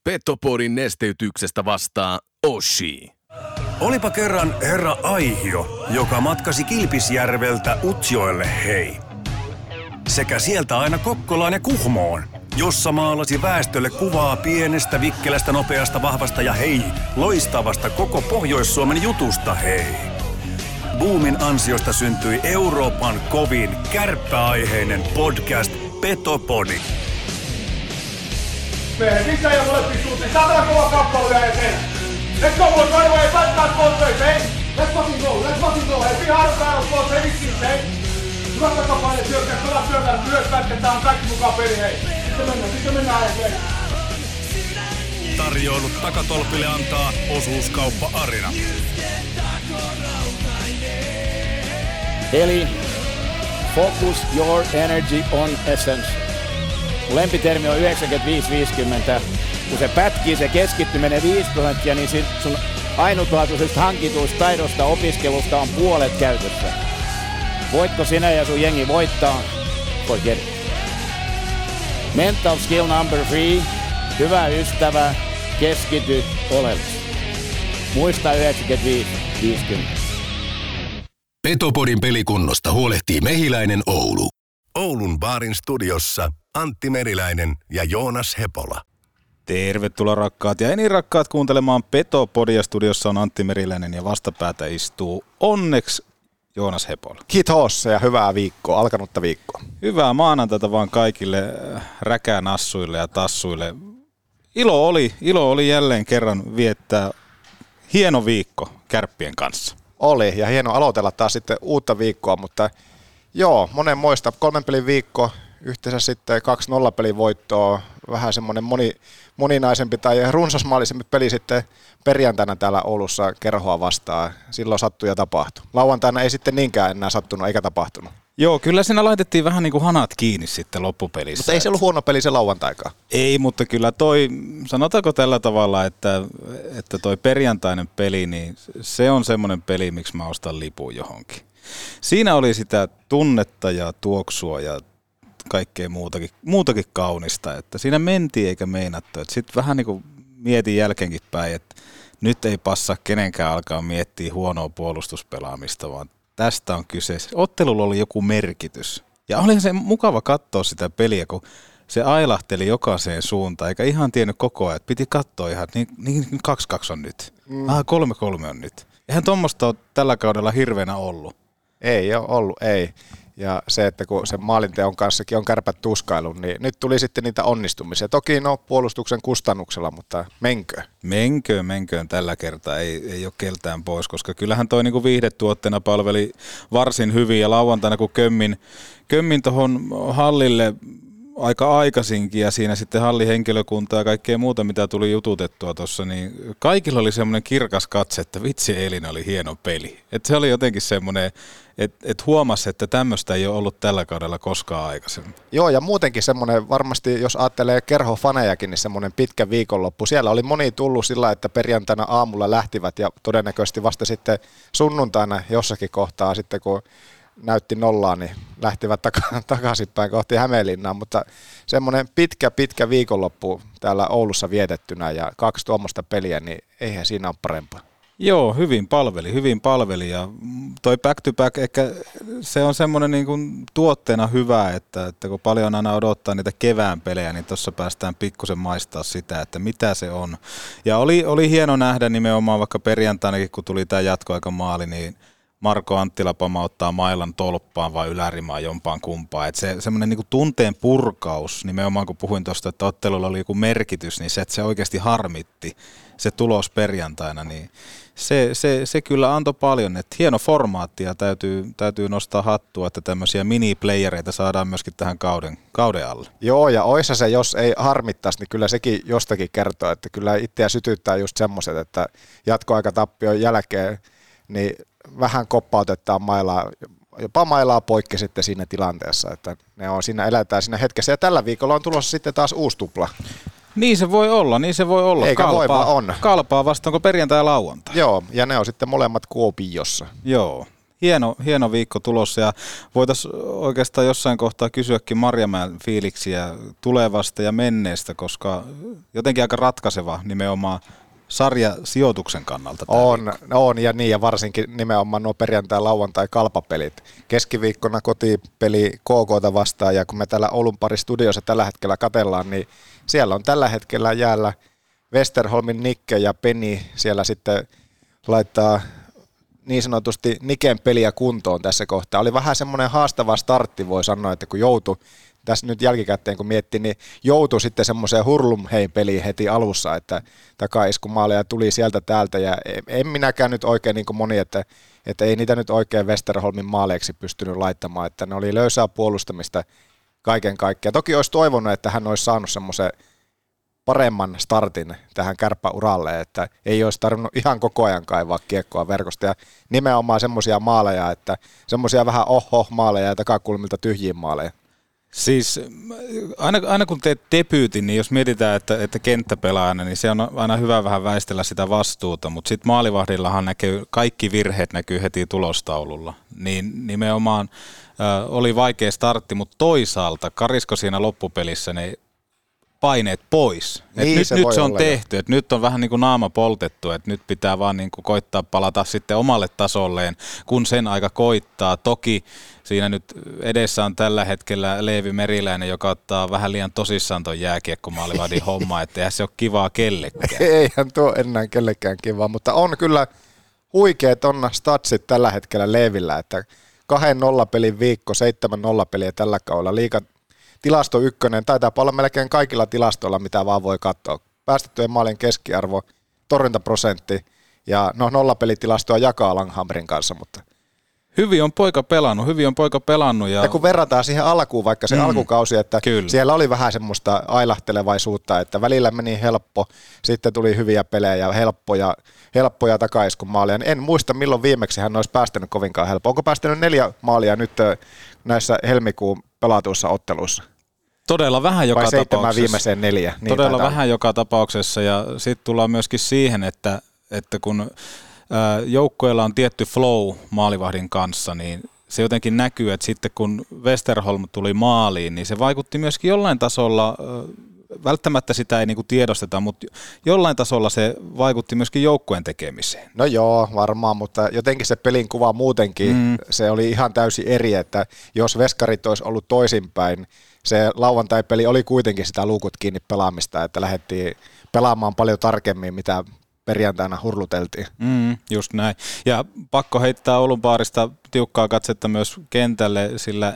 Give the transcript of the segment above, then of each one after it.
Petopodin nesteytyksestä vastaa Oshi. Olipa kerran herra Aihio, joka matkasi Kilpisjärveltä Utsjoelle hei. Sekä sieltä aina Kokkolaan ja Kuhmoon, jossa maalasi väestölle kuvaa pienestä, vikkelästä, nopeasta, vahvasta ja hei, loistavasta koko Pohjois-Suomen jutusta hei. Boomin ansiosta syntyi Euroopan kovin kärppäaiheinen podcast Petopodi. Missä ei ole molempiin suuntiin? Saatana kova kappale vielä eteen! Let's go, boys, right away! Let's go, boys, hey! Let's fucking go! Hei, pihaan päällä, boys, hei, vittiin, hei! Hyvät takapaine, syökkää, pelaa syökkää, myös pätketään, kaikki mukaan peli, hei! Sitten mennään hei! Tarjoilut takatolpille antaa Osuuskauppa Arina. Eli focus your energy on essence. Lempitermi on 95-50. Kun se pätkii, se keskittyminen 5%, niin sun ainutlaatuisesta hankituista taidosta opiskelusta on puolet käytössä. Voitko sinä ja sun jengi voittaa? Forget it. Mental skill number 3. Hyvä ystävä, keskity oleellisesti. Muista 95-50. Petopodin pelikunnosta huolehtii Mehiläinen Oulu. Oulun baarin studiossa Antti Meriläinen ja Joonas Hepola. Tervetuloa rakkaat ja ei niin rakkaat kuuntelemaan Petopodia. Studiossa on Antti Meriläinen ja vastapäätä istuu onneksi Joonas Hepola. Kiitos ja hyvää viikkoa, alkanutta viikkoa. Hyvää maanantaita vaan kaikille räkänassuille ja tassuille. Ilo oli jälleen kerran viettää hieno viikko Kärppien kanssa. Oli ja hieno aloitella taas sitten uutta viikkoa, mutta joo, monenmoista 3 pelin viikko, yhteensä sitten 2 0-pelin voittoa, vähän semmoinen moninaisempi tai runsasmaallisempi peli sitten perjantaina täällä Oulussa Kerhoa vastaan. Silloin sattui ja tapahtui. Lauantaina ei sitten niinkään enää sattunut eikä tapahtunut. Joo, kyllä siinä laitettiin vähän niin kuin hanat kiinni sitten loppupelissä. Mutta ei se ollut huono peli se lauantaikaan. Ei, mutta kyllä sanotaanko tällä tavalla, että toi perjantainen peli, niin se on semmoinen peli, miksi mä ostan lipun johonkin. Siinä oli sitä tunnetta ja tuoksua ja kaikkea muutakin kaunista, että siinä mentiin eikä meinattu. Sitten vähän niin kuin mietin jälkeenkin päin, että nyt ei passaa kenenkään alkaa miettiä huonoa puolustuspelaamista, vaan tästä on kyse. Ottelulla oli joku merkitys. Ja oli se mukava katsoa sitä peliä, kun se ailahteli jokaiseen suuntaan, eikä ihan tiennyt koko ajan, että piti katsoa ihan, että niin 2-2 on nyt. 3-3 on nyt. Eihän tuommoista ole tällä kaudella hirveänä ollut. Ei ole ollut, ei. Ja se, että kun sen maalinteon kanssakin on Kärpät tuskailu, niin nyt tuli sitten niitä onnistumisia. Toki puolustuksen kustannuksella, mutta menkö? Menköön tällä kertaa, ei ole keltään pois, koska kyllähän toi niinku viihdetuotteena palveli varsin hyvin ja lauantaina kun kömmin tuohon hallille aika aikaisinkin ja siinä sitten hallihenkilökunta ja kaikkea muuta, mitä tuli jututettua tuossa, niin kaikilla oli semmoinen kirkas katse, että vitsi eilen oli hieno peli. Että se oli jotenkin semmoinen, että huomasi, että tämmöistä ei ole ollut tällä kaudella koskaan aikaisemmin. Joo, ja muutenkin semmoinen, varmasti jos ajattelee kerhofanejakin, niin semmoinen pitkä viikonloppu. Siellä oli moni tullut sillä, että perjantaina aamulla lähtivät ja todennäköisesti vasta sitten sunnuntaina jossakin kohtaa sitten, kun näytti nollaa, niin lähtivät takaisinpäin kohti Hämeenlinnaa, mutta semmoinen pitkä viikonloppu täällä Oulussa vietettynä ja 2 tuommoista peliä, niin eihän siinä ole parempaa. Joo, hyvin palveli ja toi back to back, ehkä se on semmoinen niin kuin tuotteena hyvä, että kun paljon aina odottaa niitä kevään pelejä, niin tuossa päästään pikkusen maistaa sitä, että mitä se on. Ja oli hieno nähdä nimenomaan vaikka perjantainakin, kun tuli tämä jatkoaikamaali, niin Marko Anttila pamauttaa mailan tolppaan vai ylärimaan jompaan kumpaan. Että se semmoinen niinku tunteen purkaus, nimenomaan kun puhuin tuosta, että ottelulla oli joku merkitys, niin se, että se oikeasti harmitti se tulos perjantaina, niin se kyllä antoi paljon. Että hieno formaatti ja täytyy nostaa hattua, että tämmöisiä mini-playereita saadaan myöskin tähän kauden alle. Joo, ja oissa se, jos ei harmittaisi, niin kyllä sekin jostakin kertoo, että kyllä itseä sytyttää just semmoiset, että jatkoaikatappion jälkeen niin vähän koppautetaan jopa mailaa poikki sitten siinä tilanteessa, että ne on siinä, eletään siinä hetkessä. Ja tällä viikolla on tulossa sitten taas uusi tupla. Niin se voi olla. Eikä voi vaan on. Kalpaa vastaanko perjantai ja lauantai. Joo, ja ne on sitten molemmat Kuopiossa. Joo, hieno viikko tulossa ja voitaisiin oikeastaan jossain kohtaa kysyäkin Marjamäen fiiliksiä tulevasta ja menneestä, koska jotenkin aika ratkaiseva nimenomaan sarjasijoituksen kannalta. On ja varsinkin nimenomaan nuo perjantai-lauantai kalpapelit. Keskiviikkona kotipeli KK:ta vastaan ja kun me täällä Oulun Pari-studiossa tällä hetkellä katsellaan, niin siellä on tällä hetkellä jäällä Westerholmin Nikke ja Penny siellä sitten laittaa niin sanotusti Niken peliä kuntoon tässä kohtaa. Oli vähän semmoinen haastava startti, voi sanoa, että kun joutui, tässä nyt jälkikäteen kun miettii, niin joutui sitten semmoiseen hurlumhei-peliin heti alussa, että takaiskumaaleja tuli sieltä täältä ja en minäkään nyt oikein niin kuin moni, että ei niitä nyt oikein Westerholmin maaleiksi pystynyt laittamaan, että ne oli löysää puolustamista kaiken kaikkiaan. Toki olisi toivonut, että hän olisi saanut semmoisen paremman startin tähän kärppäuralle, että ei olisi tarvinnut ihan koko ajan kaivaa kiekkoa verkosta ja nimenomaan semmoisia maaleja, että semmoisia vähän maaleja ja takakulmilta tyhjiä maaleja. Siis aina kun teet debyytin, niin jos mietitään, että kenttäpelaajana, niin se on aina hyvä vähän väistellä sitä vastuuta, mutta sitten maalivahdillahan kaikki virheet näkyy heti tulostaululla, niin nimenomaan oli vaikea startti, mutta toisaalta Karisko siinä loppupelissä, niin paineet pois. Niin, nyt se on tehty, jo. että nyt on vähän niin kuin naama poltettu, että nyt pitää vaan niin kuin koittaa palata sitten omalle tasolleen, kun sen aika koittaa. Toki siinä nyt edessä on tällä hetkellä Leevi Meriläinen, joka ottaa vähän liian tosissaan ton jääkiekkomaalivahdin homma, että eihän se ole kivaa kellekään. Eihän tuo enää kellekään kivaa, mutta on kyllä huikeet on statsit tällä hetkellä Leevillä, että 2-0 pelin viikko, 7-0 peliä tällä kaudella, liiga tilasto ykkönen, taitaa olla melkein kaikilla tilastoilla, mitä vaan voi katsoa. Päästettyjen maalien keskiarvo, torjuntaprosentti ja nollapelitilastoa jakaa Langhammerin kanssa, mutta Hyvin on poika pelannut. Ja kun verrataan siihen alkuun, vaikka se alkukausi, että kyllä. Siellä oli vähän semmoista ailahtelevaisuutta, että välillä meni helppo, sitten tuli hyviä pelejä, helppoja takaiskun maaleja. En muista milloin viimeksi hän olisi päästänyt kovinkaan helppo. Onko päästänyt 4 maalia nyt näissä helmikuun pelatuissa otteluissa? Todella vähän joka tapauksessa. Vai 7 viimeiseen 4. Niin todella vähän joka tapauksessa ja sitten tullaan myöskin siihen, että kun joukkueella on tietty flow maalivahdin kanssa, niin se jotenkin näkyy, että sitten kun Westerholm tuli maaliin, niin se vaikutti myöskin jollain tasolla, välttämättä sitä ei niinku tiedosteta, mutta jollain tasolla se vaikutti myöskin joukkueen tekemiseen. No joo, varmaan, mutta jotenkin se pelin kuva muutenkin, se oli ihan täysin eri, että jos veskarit olisi ollut toisinpäin, se lauantai-peli oli kuitenkin sitä luukut kiinni pelaamista, että lähdettiin pelaamaan paljon tarkemmin, mitä perjantaina hurluteltiin. Just näin. Ja pakko heittää Oulun Baarista tiukkaa katsetta myös kentälle, sillä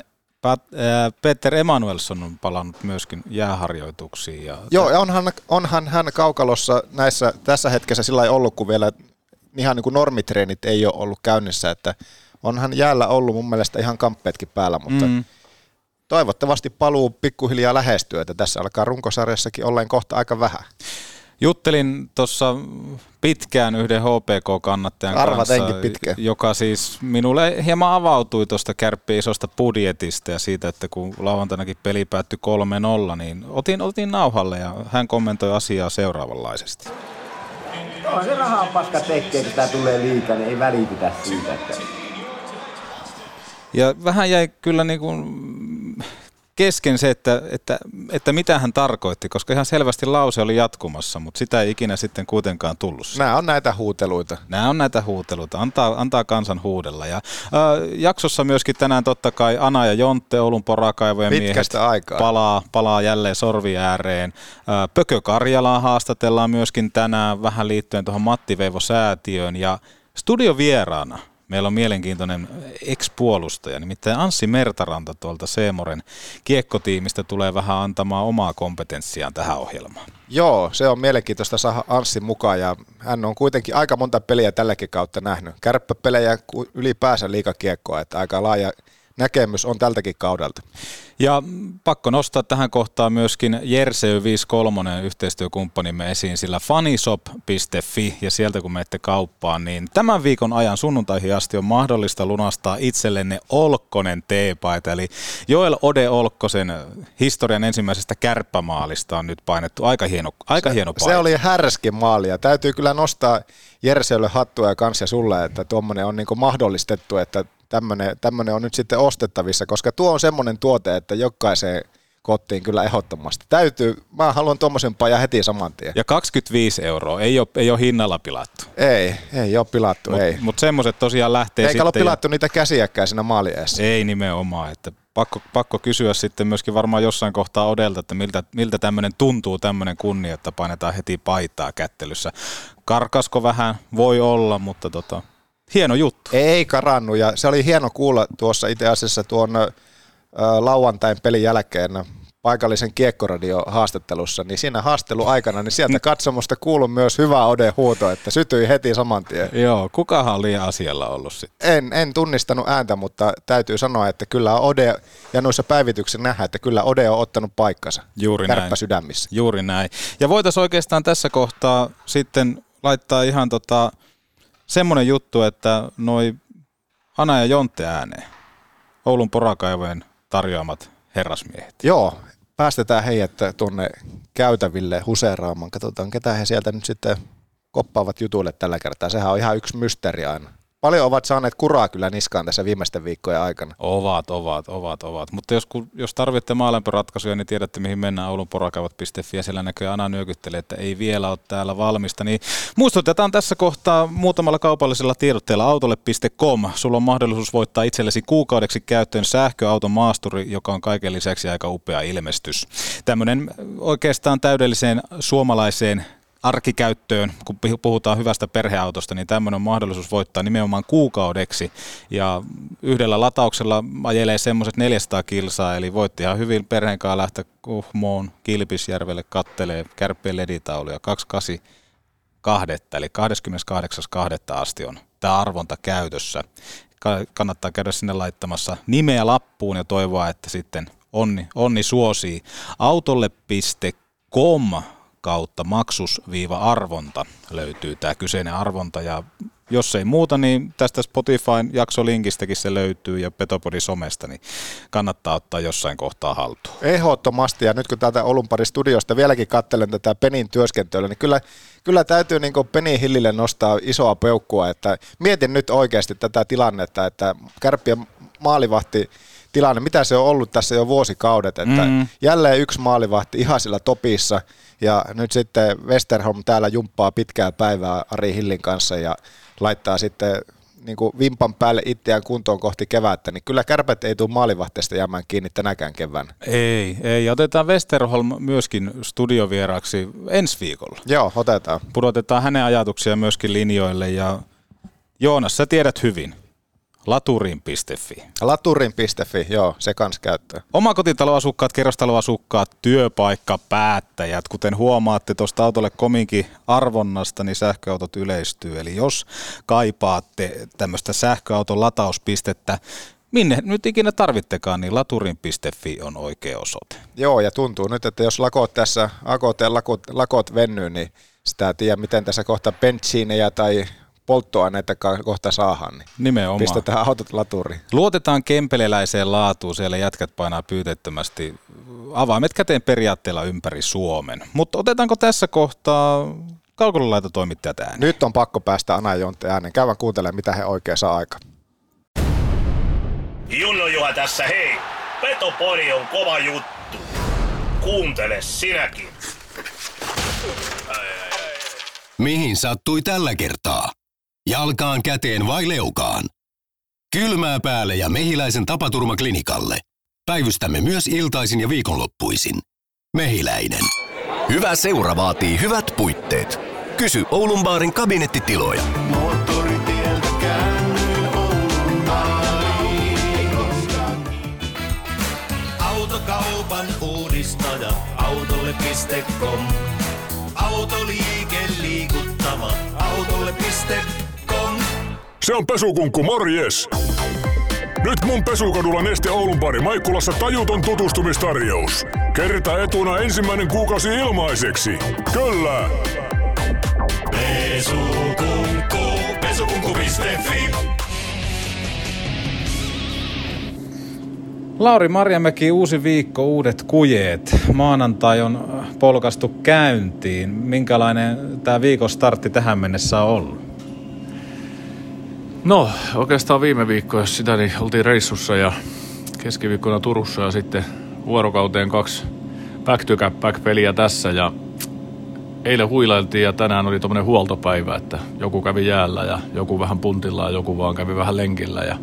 Peter Emanuelsson on palannut myöskin jääharjoituksiin. Joo, ja onhan hän kaukalossa tässä hetkessä sillä ei ollut, kun vielä ihan niin kuin normitreenit ei ole ollut käynnissä, että onhan jäällä ollut mun mielestä ihan kamppeetkin päällä, mutta toivottavasti paluu pikkuhiljaa lähestyy, että tässä alkaa runkosarjassakin olleen kohta aika vähän. Juttelin tuossa pitkään yhden HPK-kannattajan kanssa, joka siis minulle hieman avautui tuosta Kärppien isosta budjetista ja siitä, että kun lauantainakin peli päättyi 3-0, niin otin nauhalle ja hän kommentoi asiaa seuraavanlaisesti. No se rahan paska tekee, kun tää tulee liikaa, niin ei välitetä siitä. Ja vähän jäi kyllä niin kuin kesken se, että mitä hän tarkoitti, koska ihan selvästi lause oli jatkumassa, mutta sitä ei ikinä sitten kuitenkaan tullut. Nämä on näitä huuteluita. Antaa kansan huudella. Ja jaksossa myöskin tänään totta kai Ana ja Jontte, Oulun porakaivojen miehet, palaa jälleen sorvi ääreen. Pökö Karjalaa haastatellaan myöskin tänään vähän liittyen tuohon Matti Veivo-säätiöön ja studiovieraana meillä on mielenkiintoinen ex-puolustaja, nimittäin Anssi Mertaranta tuolta Seemoren kiekkotiimistä tulee vähän antamaan omaa kompetenssiaan tähän ohjelmaan. Joo, se on mielenkiintoista saada Anssi mukaan ja hän on kuitenkin aika monta peliä tälläkin kautta nähnyt. Kärppäpelejä ylipäänsä liigakiekkoa, että aika laaja näkemys on tältäkin kaudelta. Ja pakko nostaa tähän kohtaan myöskin Jersey 53 yhteistyökumppanimme esiin, sillä funnyshop.fi ja sieltä kun menette kauppaan, niin tämän viikon ajan sunnuntaihin asti on mahdollista lunastaa itsellenne Olkkonen teepaita. Eli Joel Ode Olkkosen historian ensimmäisestä kärppämaalista on nyt painettu aika hieno paita. Se oli härski maali ja täytyy kyllä nostaa Jerseylle hattua ja kanssa sulle, että tuommoinen on niin kuin mahdollistettu, että tämmöinen on nyt sitten ostettavissa, koska tuo on semmoinen tuote, että jokaiseen kotiin kyllä ehdottomasti. Mä haluan tuommoisen pajan heti saman tien. Ja 25 €, ei ole hinnalla pilattu. Ei ole pilattu, ei. Mutta semmoiset tosiaan lähtee eikä sitten. Eikä ole pilattu niitä käsiäkään siinä maali eessä. Ei nimenomaan, että pakko kysyä sitten myöskin varmaan jossain kohtaa Odelta, että miltä tämmöinen tuntuu, tämmöinen kunnia, että painetaan heti paitaa kättelyssä. Karkasko vähän, voi olla, mutta hieno juttu. Ei karannut, ja se oli hieno kuulla tuossa itse asiassa tuon lauantain pelin jälkeen paikallisen Kiekkoradio-haastattelussa, niin siinä haastatteluaikana, niin sieltä katsomusta kuului myös hyvä Ode-huuto, että sytyi heti saman tien. Joo, kukahan on liian asialla ollut sitten? En tunnistanut ääntä, mutta täytyy sanoa, että kyllä Ode, ja noissa päivityksissä nähdään, että kyllä Ode on ottanut paikkansa. Juuri näin. Kärppä sydämissä. Juuri näin. Ja voitaisiin oikeastaan tässä kohtaa sitten laittaa ihan semmoinen juttu, että noi Ana ja Jontte ääneen, Oulun porakaivojen tarjoamat herrasmiehet. Joo, päästetään heidät tuonne käytäville huseeraamaan. Katsotaan, ketä he sieltä nyt sitten koppaavat jutuille tällä kertaa. Sehän on ihan yksi mysteeri aina. Paljon ovat saaneet kuraa kyllä niskaan tässä viimeisten viikkojen aikana. Ovat. Mutta jos tarvitsette maalämpöratkaisuja, niin tiedätte mihin mennään oulunporakaivat.fi ja siellä näkyy Ana nyökyttelee, että ei vielä ole täällä valmista. Niin muistutetaan tässä kohtaa muutamalla kaupallisella tiedotteella autolle.com. Sulla on mahdollisuus voittaa itsellesi kuukaudeksi käyttöön sähköautomaasturi, joka on kaiken lisäksi aika upea ilmestys. Tämmöinen oikeastaan täydelliseen suomalaiseen arkikäyttöön, kun puhutaan hyvästä perheautosta, niin tämmöinen on mahdollisuus voittaa nimenomaan kuukaudeksi. Ja yhdellä latauksella ajelee semmoiset 400 kilsaa, eli voitti ihan hyvin perheen kanssa lähteä Kuhmoon, Kilpisjärvelle, kattelee Kärppien leditauluja 28.2. eli 28.2. asti on tämä arvonta käytössä. Kannattaa käydä sinne laittamassa nimeä lappuun ja toivoa, että sitten onni suosii. Autolle.com kautta maksus-arvonta löytyy tämä kyseinen arvonta, ja jos ei muuta, niin tästä Spotifyn jaksolinkistäkin se löytyy ja Petopodin somesta, niin kannattaa ottaa jossain kohtaa haltuun. Ehdottomasti, ja nyt kun täältä Oulunparin studiosta vieläkin katselen tätä Penin työskentelyä, niin kyllä täytyy niin kuin Penin hillille nostaa isoa peukkua, että mietin nyt oikeasti tätä tilannetta, että Kärppien maalivahti tilanne, mitä se on ollut tässä jo vuosikaudet, että jälleen yksi maalivahti ihan sillä topissa, ja nyt sitten Westerholm täällä jumppaa pitkää päivää Ari Hillin kanssa ja laittaa sitten niin kuin vimpan päälle itseään kuntoon kohti kevättä, niin kyllä Kärpät ei tule maalivahteesta jäämään kiinni tänäkään keväänä. Ei. Ja otetaan Westerholm myöskin studiovieraaksi ensi viikolla. Joo, otetaan. Pudotetaan hänen ajatuksia myöskin linjoille, ja Joonas, sä tiedät hyvin. Laturin.fi. Laturin.fi, joo, se kans käyttöön. Omakotitaloasukkaat, kerrostaloasukkaat, työpaikkapäättäjät, kuten huomaatte tuosta autolle kominkin arvonnasta, niin sähköautot yleistyy. Eli jos kaipaatte tämmöistä sähköauton latauspistettä, minne nyt ikinä tarvittekaan, niin laturin.fi on oikea osoite. Joo, ja tuntuu nyt, että jos lakot tässä, lakot vennyy, niin sitä ei tiedä, miten tässä kohta bensiinejä tai polttoaineita kohta saadaan, niin nimenomaan pistetään autot laturiin. Luotetaan kempeleläiseen laatuun, siellä jätkät painaa pyytettömästi avaimet käteen periaatteella ympäri Suomen. Mutta otetaanko tässä kohtaa kalkulolaitotoimittajat ääneen? Nyt on pakko päästä Ana ja Jontte ääneen. Käydään kuuntelemaan, mitä he oikein saa aika. Junno Juha tässä, hei! Petopodi on kova juttu. Kuuntele sinäkin. Mihin sattui tällä kertaa? Jalkaan, käteen vai leukaan? Kylmää päälle ja Mehiläisen tapaturmaklinikalle. Päivystämme myös iltaisin ja viikonloppuisin. Mehiläinen. Hyvä seura vaatii hyvät puitteet. Kysy Oulun baarin kabinettitiloja. Moottoritieltä käännyin Oulun baariin. Autokaupan uudistaja autolle.com. Autoliike liikuttava autolle.com. Se on Pesukunkku, morjes! Nyt mun Pesukadulla Neste Oulun baari Maikkulassa tajuton tutustumistarjous. Kerta etuna ensimmäinen kuukausi ilmaiseksi. Kyllä! Pesukunkku.fi. Lauri Marjamäki, uusi viikko, uudet kujeet. Maanantai on polkastu käyntiin. Minkälainen tämä viikon startti tähän mennessä on ollut? No, oikeastaan viime viikko, jos sitä, niin oltiin reissussa ja keskiviikkona Turussa ja sitten vuorokauteen 2 back-to-back-peliä tässä ja eilen huilailtiin ja tänään oli tommonen huoltopäivä, että joku kävi jäällä ja joku vähän puntilla ja joku vaan kävi vähän lenkillä ja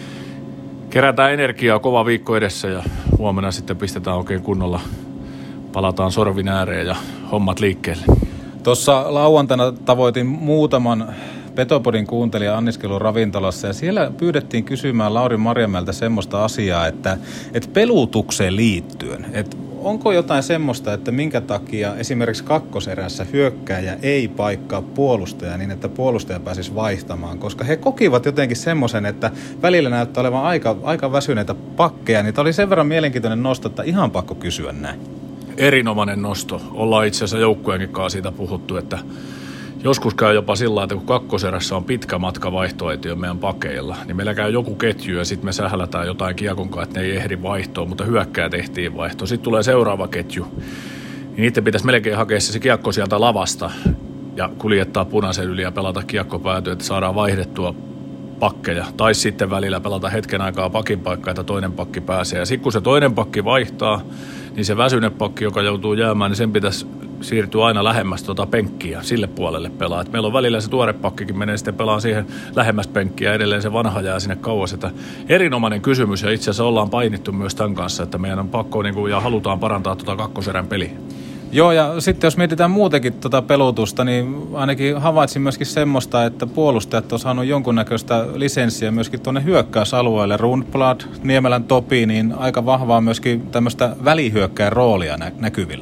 kerätään energiaa, kova viikko edessä ja huomenna sitten pistetään oikein kunnolla, palataan sorvin ääreen ja hommat liikkeelle. Tuossa lauantaina tavoitin muutaman Petopodin kuuntelija anniskelun ravintolassa ja siellä pyydettiin kysymään Lauri Marjamäeltä semmoista asiaa, että pelutukseen liittyen, että onko jotain semmoista, että minkä takia esimerkiksi kakkoserässä hyökkääjä ei paikkaa puolustajaa niin, että puolustaja pääsisi vaihtamaan, koska he kokivat jotenkin semmoisen, että välillä näyttää olevan aika väsyneitä pakkeja, niin tämä oli sen verran mielenkiintoinen nosto, että ihan pakko kysyä näin. Erinomainen nosto. Ollaan itse asiassa joukkueenkin kanssa siitä puhuttu, että joskus käy jopa sillä, että kun kakkoserässä on pitkä matka vaihtoehtoja meidän pakeilla, niin meillä käy joku ketju ja sitten me sählätään jotain kiekonkaan, että ne ei ehdi vaihtoon, mutta hyökkää tehtiin vaihto. Sitten tulee seuraava ketju, niin niiden pitäisi melkein hakea se kiekko sieltä lavasta ja kuljettaa punaisen yli ja pelata kiekko päätyä, että saadaan vaihdettua pakkeja. Tai sitten välillä pelata hetken aikaa pakin paikkaa, että toinen pakki pääsee. Ja sitten kun se toinen pakki vaihtaa, niin se väsynyt pakki, joka joutuu jäämään, niin sen pitäisi siirtyy aina lähemmäs penkkiä, sille puolelle pelaa. Et meillä on välillä se tuore pakkikin menee sitten pelaa siihen lähemmäs penkkiä ja edelleen se vanha jää sinne kauas. Että erinomainen kysymys ja itse asiassa ollaan painittu myös tämän kanssa, että meidän on pakko ja halutaan parantaa kakkoserän peliä. Joo, ja sitten jos mietitään muutenkin pelutusta, niin ainakin havaitsin myöskin semmoista, että puolustajat on saanut jonkunnäköistä lisenssiä myöskin tuonne hyökkäysalueelle. Rundblad, Niemelän Topi, niin aika vahvaa myöskin tämmöistä välihyökkäjän roolia näkyvillä.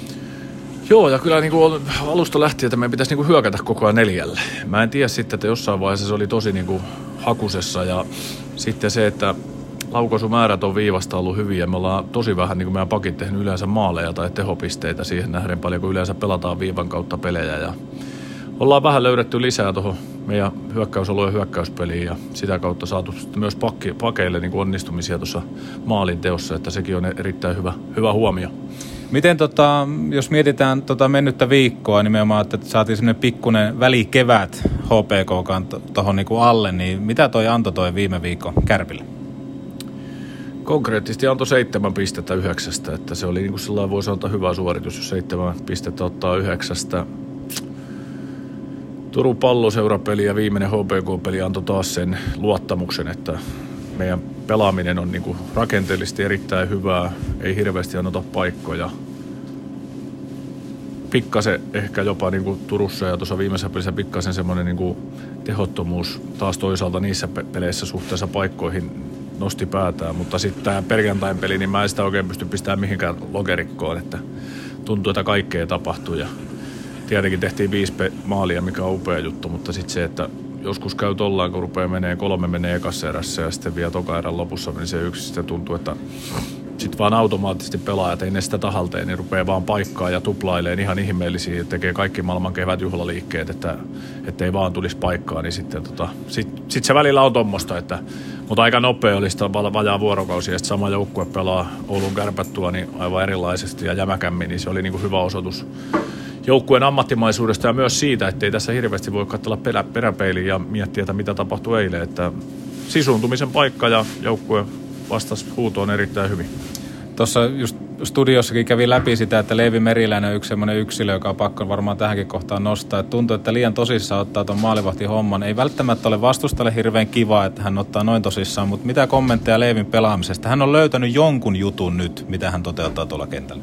Joo, ja kyllä on alusta lähtien, että meidän pitäisi hyökätä koko ajan 4. Mä en tiedä sitten, että jossain vaiheessa se oli tosi hakusessa ja sitten se, että laukaisumäärät on viivasta ollut hyviä. Me ollaan tosi vähän, niin kuin meidän pakit tehnyt yleensä maaleja tai tehopisteitä siihen nähden paljon, kun yleensä pelataan viivan kautta pelejä. Ja ollaan vähän löydetty lisää tuohon meidän hyökkäysalueen hyökkäyspeliin ja sitä kautta saatu myös pakeille onnistumisia tuossa maalin teossa, että sekin on erittäin hyvä huomio. Miten jos mietitään mennyttä viikkoa nimenomaan, että saatiin semmoinen pikkuinen välikevät HPK:kaan tuohon alle, niin mitä antoi viime viikon Kärpille? Konkreettisesti antoi 7 pistettä 9, että se oli sellainen voisi antaa hyvä suoritus, jos 7 pistettä ottaa 9. Turun Palloseurapeli ja viimeinen HPK-peli antoi taas sen luottamuksen, että meidän pelaaminen on rakenteellisesti erittäin hyvää, ei hirveästi annota paikkoja. Pikkasen ehkä jopa Turussa ja tuossa viimeisessä pelissä pikkasen semmoinen tehottomuus taas toisaalta niissä peleissä suhteessa paikkoihin nosti päätään, mutta sitten tämä perjantain peli, niin mä en sitä oikein pysty pistämään mihinkään logerikkoon, että tuntuu, että kaikkea tapahtui ja tietenkin tehtiin 5 maalia, mikä on upea juttu, mutta sitten se, että joskus käy tollaan, kun rupeaa 3 menee ekassa erässä ja sitten vielä toka erän lopussa, niin se yksi sitten tuntuu, että sitten vaan automaattisesti pelaajat, ei ne sitä tahalteen, niin rupeaa vaan paikkaa ja tuplailee ihan ihmeellisiä ja tekee kaikki maailman kevätjuhlaliikkeet, että ei vaan tulisi paikkaa, niin sitten sit se välillä on tommoista, mutta aika nopea oli sitä vajaa vuorokausi ja sitten sama joukkue pelaa Oulun Kärpättua niin aivan erilaisesti ja jämäkämmin, niin se oli hyvä osoitus joukkueen ammattimaisuudesta ja myös siitä, että ei tässä hirveästi voi katsella peräpeiliin ja miettiä, että mitä tapahtui eilen, että sisuuntumisen paikka ja joukkue vastasi huutoon erittäin hyvin. Tuossa just studiossakin kävi läpi sitä, että Leevi Meriläinen on yksi semmoinen yksilö, joka on pakko varmaan tähänkin kohtaan nostaa. Että tuntuu, että liian tosissaan ottaa tuon maalivahtin homman. Ei välttämättä ole vastustajalle hirveän kiva, että hän ottaa noin tosissaan, mutta mitä kommentteja Leevin pelaamisesta? Hän on löytänyt jonkun jutun nyt, mitä hän toteuttaa tuolla kentällä.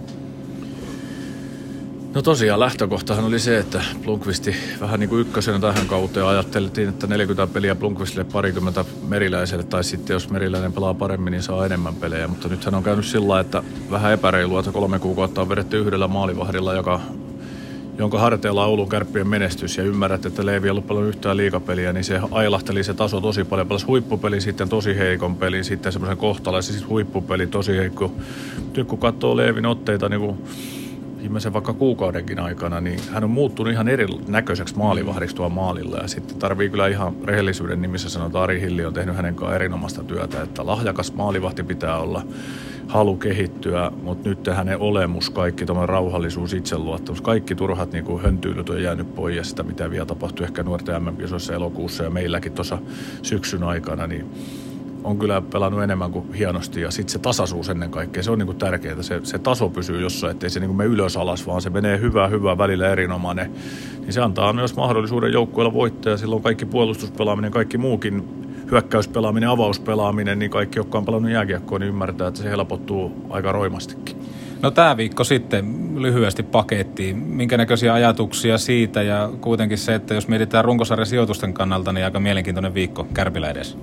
No tosiaan lähtökohtahan oli se, että Blomqvisti vähän ykkösenä tähän kauteen ajatteltiin, että 40 peliä Blomqvistille 20 Meriläiselle, tai sitten jos Meriläinen pelaa paremmin, niin saa enemmän pelejä. Mutta nythän on käynyt sillä, että vähän epäreilua, että 3 kuukautta on vedetty yhdellä maalivahdilla, jonka harteilla on Oulun Kärppien menestys. Ja ymmärrät, että Leevi ei ollut paljon yhtään liigapeliä, niin se ailahteli se taso tosi paljon. Pelasi huippupeli, sitten tosi heikon pelin, sitten semmoisen kohtalaisen, sitten huippupeli, tosi heikko. Nyt kun katsoo Leevin otteita, viimeisen vaikka kuukaudenkin aikana, niin hän on muuttunut ihan erinäköiseksi maalivahdiksi tuolla maalilla. Ja sitten tarvii kyllä ihan rehellisyyden nimissä sanoa, että Ari Hilli on tehnyt hänen kanssaan erinomaista työtä, että lahjakas maalivahti pitää olla. halu kehittyä, mutta nyt hänen olemus, kaikki tuommoinen rauhallisuus, itseluottamus, kaikki turhat niin kuin höntyylyt on jäänyt pois ja sitä mitä vielä tapahtui ehkä nuorten MM-kisoissa elokuussa ja meilläkin tuossa syksyn aikana, niin on kyllä pelannut enemmän kuin hienosti ja sitten se tasaisuus ennen kaikkea, se on niinku tärkeää. Se taso pysyy jossain, ettei se niinku mene ylös alas, vaan se menee hyvä, välillä erinomainen. Niin se antaa myös mahdollisuuden joukkueella voittaa ja silloin kaikki puolustuspelaaminen, kaikki muukin hyökkäyspelaaminen, avauspelaaminen, niin kaikki, jotka on pelannut jääkiekkoa, niin ymmärtää, että se helpottuu aika roimastikin. No tämä viikko sitten lyhyesti pakettiin. Minkä näköisiä ajatuksia siitä ja kuitenkin se, että jos mietitään runkosarjan sijoitusten kannalta, niin aika mielenkiintoinen viikko Kärpillä edessä.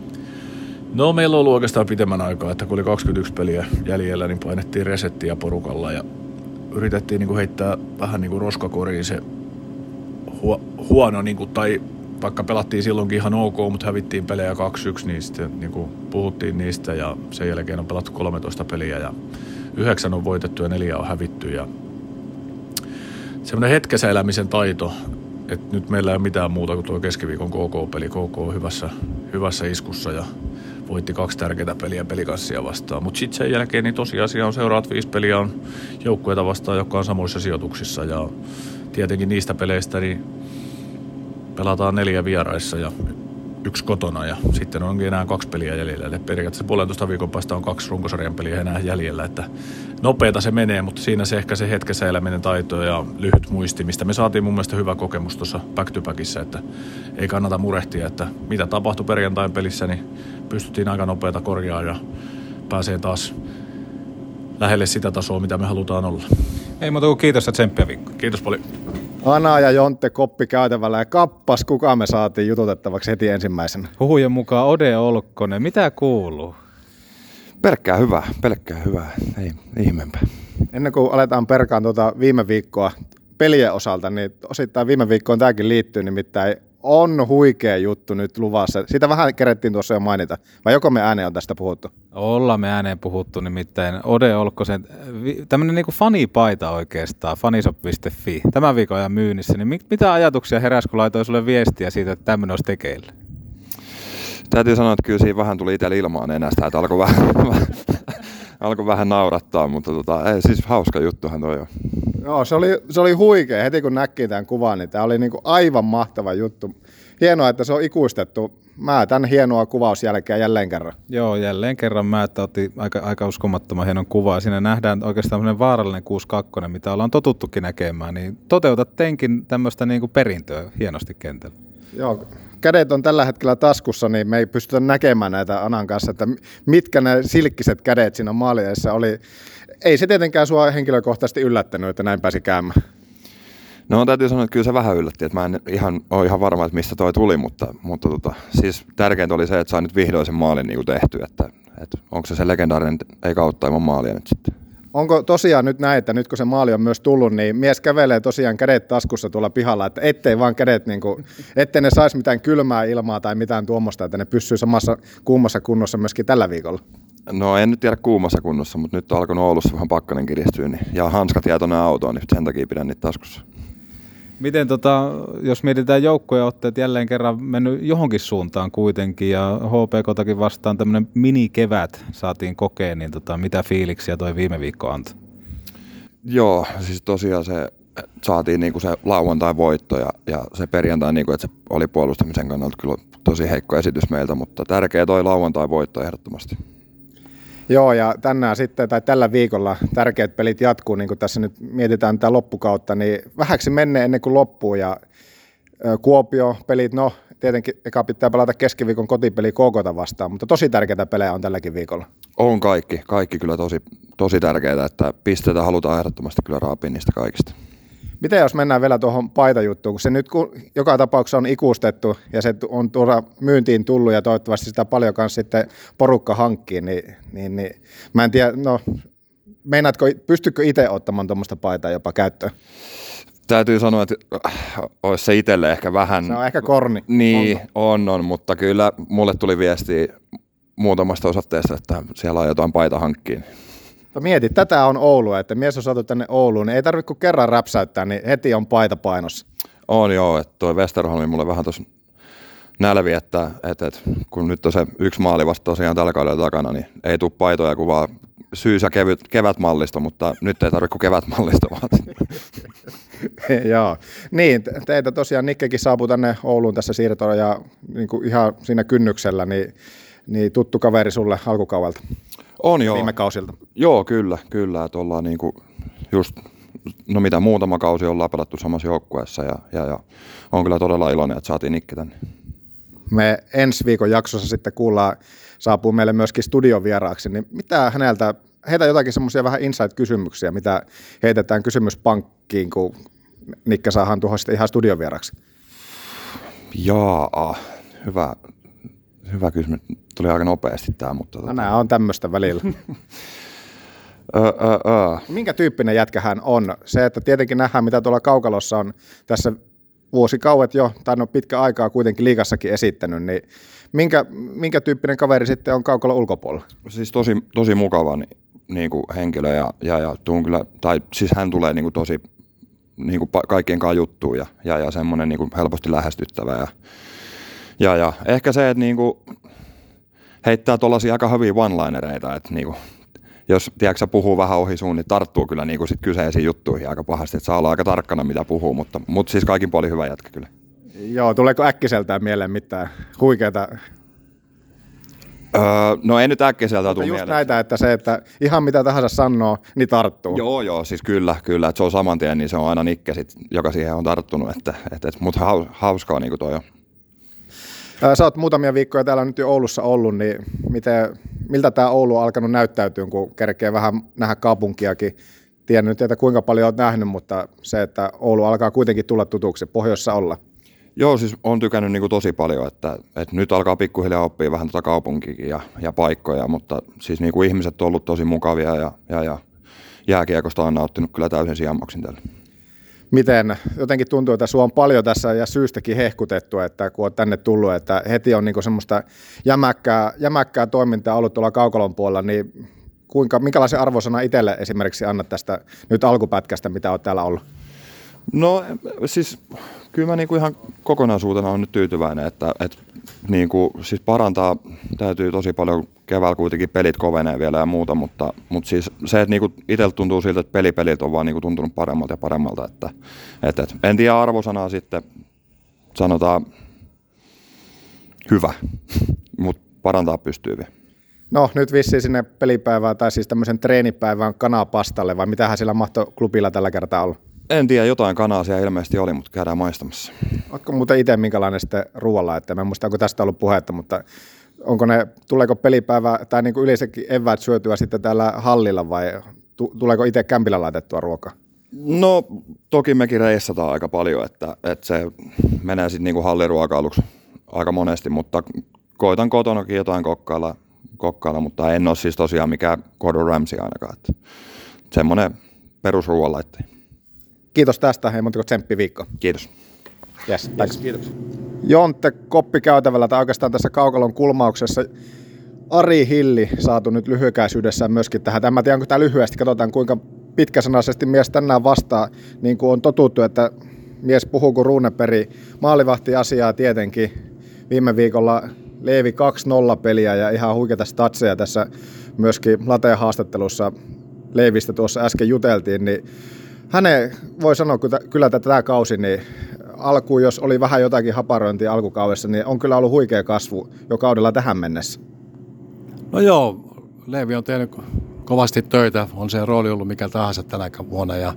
No meillä on ollut oikeastaan pitemmän aikaa, että kun oli 21 peliä jäljellä, niin painettiin resettiä porukalla ja yritettiin niinku heittää vähän niinku roskakoriin se huono, niinku, tai vaikka pelattiin silloinkin ihan ok, mutta hävittiin pelejä 2-1, niin sitten niinku puhuttiin niistä ja sen jälkeen on pelattu 13 peliä ja 9 on voitettu ja 4 on hävitty ja semmoinen hetkessä elämisen taito, että nyt meillä ei ole mitään muuta kuin tuo keskiviikon KK-peli. KK on hyvässä iskussa ja voitti 2 tärkeää peliä Pelikanssia vastaan. Mutta sitten sen jälkeen niin tosiasia on seuraavat 5 peliä on joukkueita vastaan, jotka on samoissa sijoituksissa. Ja tietenkin niistä peleistä niin pelataan 4 vieraissa ja 1 kotona ja sitten onkin enää 2 peliä jäljellä. Eli periaatteessa 1,5 viikon päästä on 2 runkosarjan peliä enää jäljellä. Että nopeata se menee, mutta siinä se ehkä se hetkessä eläminen taito ja lyhyt muisti, mistä me saatiin mun mielestä hyvä kokemus tuossa back-to-backissa, että ei kannata murehtia, että mitä tapahtui perjantain pelissä, niin pystyttiin aika nopeata korjaa ja pääsee taas lähelle sitä tasoa, mitä me halutaan olla. Ei muuta kuin kiitos ja tsemppiä viikko. Kiitos paljon. Ana ja Jontte koppi käytävällä ja kappas, kuka me saatiin jututettavaksi heti ensimmäisenä. Huhujen mukaan Ode Olkkonen. Mitä kuuluu? Pelkkää hyvää. Ei ihmeempää. Ennen kuin aletaan perkaan viime viikkoa pelien osalta, niin osittain viime viikkoon tämäkin liittyy, nimittäin on huikea juttu nyt luvassa. Siitä vähän kerettiin tuossa jo mainita. Vai joko me ääneen on tästä puhuttu? Ollaan me ääneen puhuttu, nimittäin Ode Olkkosen tämmöinen niinku fanipaita oikeastaan, fanisop.fi. Tämän viikon ajan myynnissä. Niin mitä ajatuksia heräsi, kun laitoin sulle viestiä siitä, että tämmöinen olisi tekeillä? Täytyy sanoa, että kyllä siinä vähän tuli itsellä ilmaan enästä, että alkoi vähän naurattaa, mutta ei, siis hauska juttuhan toi on. Joo, se oli huikea. Heti kun näki tämän kuvan, niin tämä oli niinku aivan mahtava juttu. Hienoa, että se on ikuistettu. Mä tämän hienoa kuvausjälkeä jälleen kerran. Joo, jälleen kerran mä, että otti aika uskomattoman hienon kuvaa. Siinä nähdään oikeastaan tämmöinen vaarallinen 6-2, mitä ollaan totuttukin näkemään. Niin toteutat teinkin tämmöistä niinku perintöä hienosti kentällä. Joo, kädet on tällä hetkellä taskussa, niin me ei pystytä näkemään näitä Anan kanssa, että mitkä ne silkkiset kädet siinä maaliessa oli. Ei se tietenkään sua henkilökohtaisesti yllättänyt, että näin pääsi käymään. No täytyy sanoa, että kyllä se vähän yllätti, että mä en ole ihan varma, että mistä toi tuli, mutta siis tärkeintä oli se, että saa nyt vihdoin sen maalin niin kuin tehty, että onko se legendaarinen ei kautta ilman maalia nyt sitten. Onko tosiaan nyt näin, että nyt kun se maali on myös tullut, niin mies kävelee tosiaan kädet taskussa tuolla pihalla, että ettei vaan kädet, ettei ne saisi mitään kylmää ilmaa tai mitään tuommoista, että ne pysyy samassa kuumassa kunnossa myöskin tällä viikolla? No en nyt tiedä kuumassa kunnossa, mutta nyt on alkanut Oulussa vähän pakkanen kiristyä, niin, ja hanskat jää tuonne autoon, niin sen takia pidän niitä taskussa. Miten jos mietitään joukkueotteet jälleen kerran mennyt johonkin suuntaan kuitenkin ja HPK:takin vastaan tämmöinen minikevät saatiin kokea, niin mitä fiiliksiä toi viime viikko antoi? Joo, siis tosiaan se saatiin niinku se lauantai voitto ja se perjantai, niinku, että se oli puolustamisen kannalta kyllä tosi heikko esitys meiltä, mutta tärkeä toi lauantai voitto ehdottomasti. Joo, ja tänään sitten, tai tällä viikolla tärkeät pelit jatkuu, niin kuin tässä nyt mietitään tätä loppukautta, niin vähäksi menee ennen kuin loppuu, ja Kuopio-pelit, no tietenkin eka pitää pelata keskiviikon kotipeli KK:ta vastaan, mutta tosi tärkeitä pelejä on tälläkin viikolla. On kaikki kyllä tosi tärkeitä, että pisteitä halutaan ehdottomasti kyllä raapia niistä kaikista. Miten jos mennään vielä tuohon paitajuttuun, kun se nyt joka tapauksessa on ikuistettu ja se on tuoda myyntiin tullut ja toivottavasti sitä paljon kanssa sitten porukka hankkii, niin mä en tiedä, no meinaatko, pystytkö itse ottamaan tuommoista paitaa jopa käyttöön? Täytyy sanoa, että olisi se itselle ehkä vähän... Se on ehkä korni. Niin, on, mutta kyllä mulle tuli viestiä muutamasta osoitteesta, että siellä on jotain paita hankkiin. Mieti, tätä on Oulu, että mies on saatu tänne Ouluun, niin ei tarvitse kuin kerran räpsäyttää, niin heti on paita painossa. On joo, että toi Westerholmi mulle vähän tuossa nälvi, että kun nyt on se 1 maali vasta tosiaan tällä kaudella takana, niin ei tule paitoja kuin vaan syys- ja kevätmallisto, mutta nyt ei tarvitse kuin kevätmallisto vaan. Joo. Niin, teitä tosiaan Nikkekin saapui tänne Ouluun tässä siirtoon ja niin kuin ihan siinä kynnyksellä, niin tuttu kaveri sulle alkukaudelta. On joo. Viime kausilta. Joo, kyllä. Että ollaan niinku just, no mitä muutama kausi ollaan pelattu samassa joukkueessa ja on kyllä todella iloinen, että saatiin Nikke tänne. Me ensi viikon jaksossa sitten kuullaan, saapuu meille myöskin studiovieraaksi, niin mitä heitä jotakin semmoisia vähän insight-kysymyksiä, mitä heitetään kysymyspankkiin, kun Nikke saadaan tuohon sitten ihan studiovieraaksi? Jaa, hyvä kysymys. Tuli aika nopeasti tämä, mutta... No nämä on tämmöistä välillä. Minkä tyyppinen jätkä hän on? Se, että tietenkin nähdään, mitä tuolla kaukalossa on tässä vuosikauet jo, tai no pitkä aikaa kuitenkin liigassakin esittänyt, niin minkä tyyppinen kaveri sitten on kaukalon ulkopuolella? Siis tosi mukava niin kuin henkilö ja tuun kyllä, tai siis hän tulee niin kuin tosi niin kuin kaikkien kanssa juttuun ja semmoinen niin kuin helposti lähestyttävä ja ehkä se, että niin kuin heittää tuollaisia aika hyviä one-linereita, että niin kuin jos tiedätkö, puhuu vähän ohi suun, niin tarttuu kyllä niin kuin sit kyseisiin juttuihin aika pahasti, että saa olla aika tarkkana mitä puhuu, mutta siis kaikin puolin hyvä jätkä kyllä. Joo, tuleeko äkkiseltään mieleen mitään huikeata? No ei nyt äkkiseltään tule mieleen. Just näitä, että se, että ihan mitä tahansa sanoo, niin tarttuu. Joo, siis kyllä, että se on saman tien, niin se on aina Nikke sit, joka siihen on tarttunut, mutta hauskaa niin kuin toi on. Sä oot muutamia viikkoja täällä nyt jo Oulussa ollut, niin miltä tämä Oulu on alkanut näyttäytyä, kun kerkee vähän nähdä kaupunkiakin? Tiedän nyt, että kuinka paljon oot nähnyt, mutta se, että Oulu alkaa kuitenkin tulla tutuksi, pohjoissa olla. Joo, siis on tykännyt niin kuin tosi paljon, että nyt alkaa pikkuhiljaa oppia vähän tuota kaupunkiakin ja paikkoja, mutta siis niin kuin ihmiset on ollut tosi mukavia ja jääkiekosta on nauttinut kyllä täysin sijammaksin täällä. Miten jotenkin tuntuu, että sua on paljon tässä ja syystäkin hehkutettu, että kun olet tänne tullut, että heti on niinku semmoista jämäkkää toimintaa ollut tuolla kaukalon puolella, niin minkälaisen arvosana itselle esimerkiksi annat tästä nyt alkupätkästä, mitä olet täällä ollut? No siis kyllä mä niinku ihan kokonaisuutena on nyt tyytyväinen, että niinku, siis parantaa täytyy tosi paljon, keväällä kuitenkin pelit kovenee vielä ja muuta, mutta siis se, että niinku itsellä tuntuu siltä, että pelit on vaan niinku tuntunut paremmalta ja paremmalta, että en tiedä arvosanaa sitten, sanotaan hyvä, mutta parantaa pystyy vielä. No nyt vissiin sinne pelipäivään tai siis tämmöisen treenipäivään kanapastalle vai mitähän sillä mahtoi klubilla tällä kertaa olla? En tiedä, jotain kanaa siellä ilmeisesti oli, mutta käydään maistamassa. Oletko muuten itse minkälainen sitten ruoalla, että mä en muista, onko tästä ollut puhetta, mutta tuleeko pelipäivä tai niin kuin yleensäkin eväät syötyä sitten täällä hallilla vai tuleeko itse kämpillä laitettua ruokaa? No toki mekin reissataan aika paljon, että se menee sitten niin kuin halliruokailuksi aika monesti, mutta koitan kotonakin jotain kokkailla, mutta en ole siis tosiaan mikään Gordon Ramsay ainakaan, että semmoinen perusruoanlaittaja. Kiitos tästä, hei montako tsemppiviikko. Kiitos. Yes, kiitos. Jontte koppikäytävällä tai oikeastaan tässä kaukalon kulmauksessa Ari Hilli saatu nyt lyhykäisyydessään myöskin tähän. En tiedä, onko tämä lyhyesti, katsotaan kuinka pitkäsanaisesti mies tänään vastaa, niin kuin on totuttu, että mies puhuu kuin Ruuneperi. Maalivahtiasiaa tietenkin. Viime viikolla Leevi 2-0 peliä ja ihan huikeita statseja tässä myöskin Lateen haastattelussa Leevistä tuossa äsken juteltiin, niin hänen voi sanoa kyllä, että tämä kausi, niin alkuun, jos oli vähän jotakin haparointia alkukaudessa, niin on kyllä ollut huikea kasvu jo kaudella tähän mennessä. No joo, Leevi on tehnyt kovasti töitä, on se rooli ollut mikä tahansa tänä vuonna ja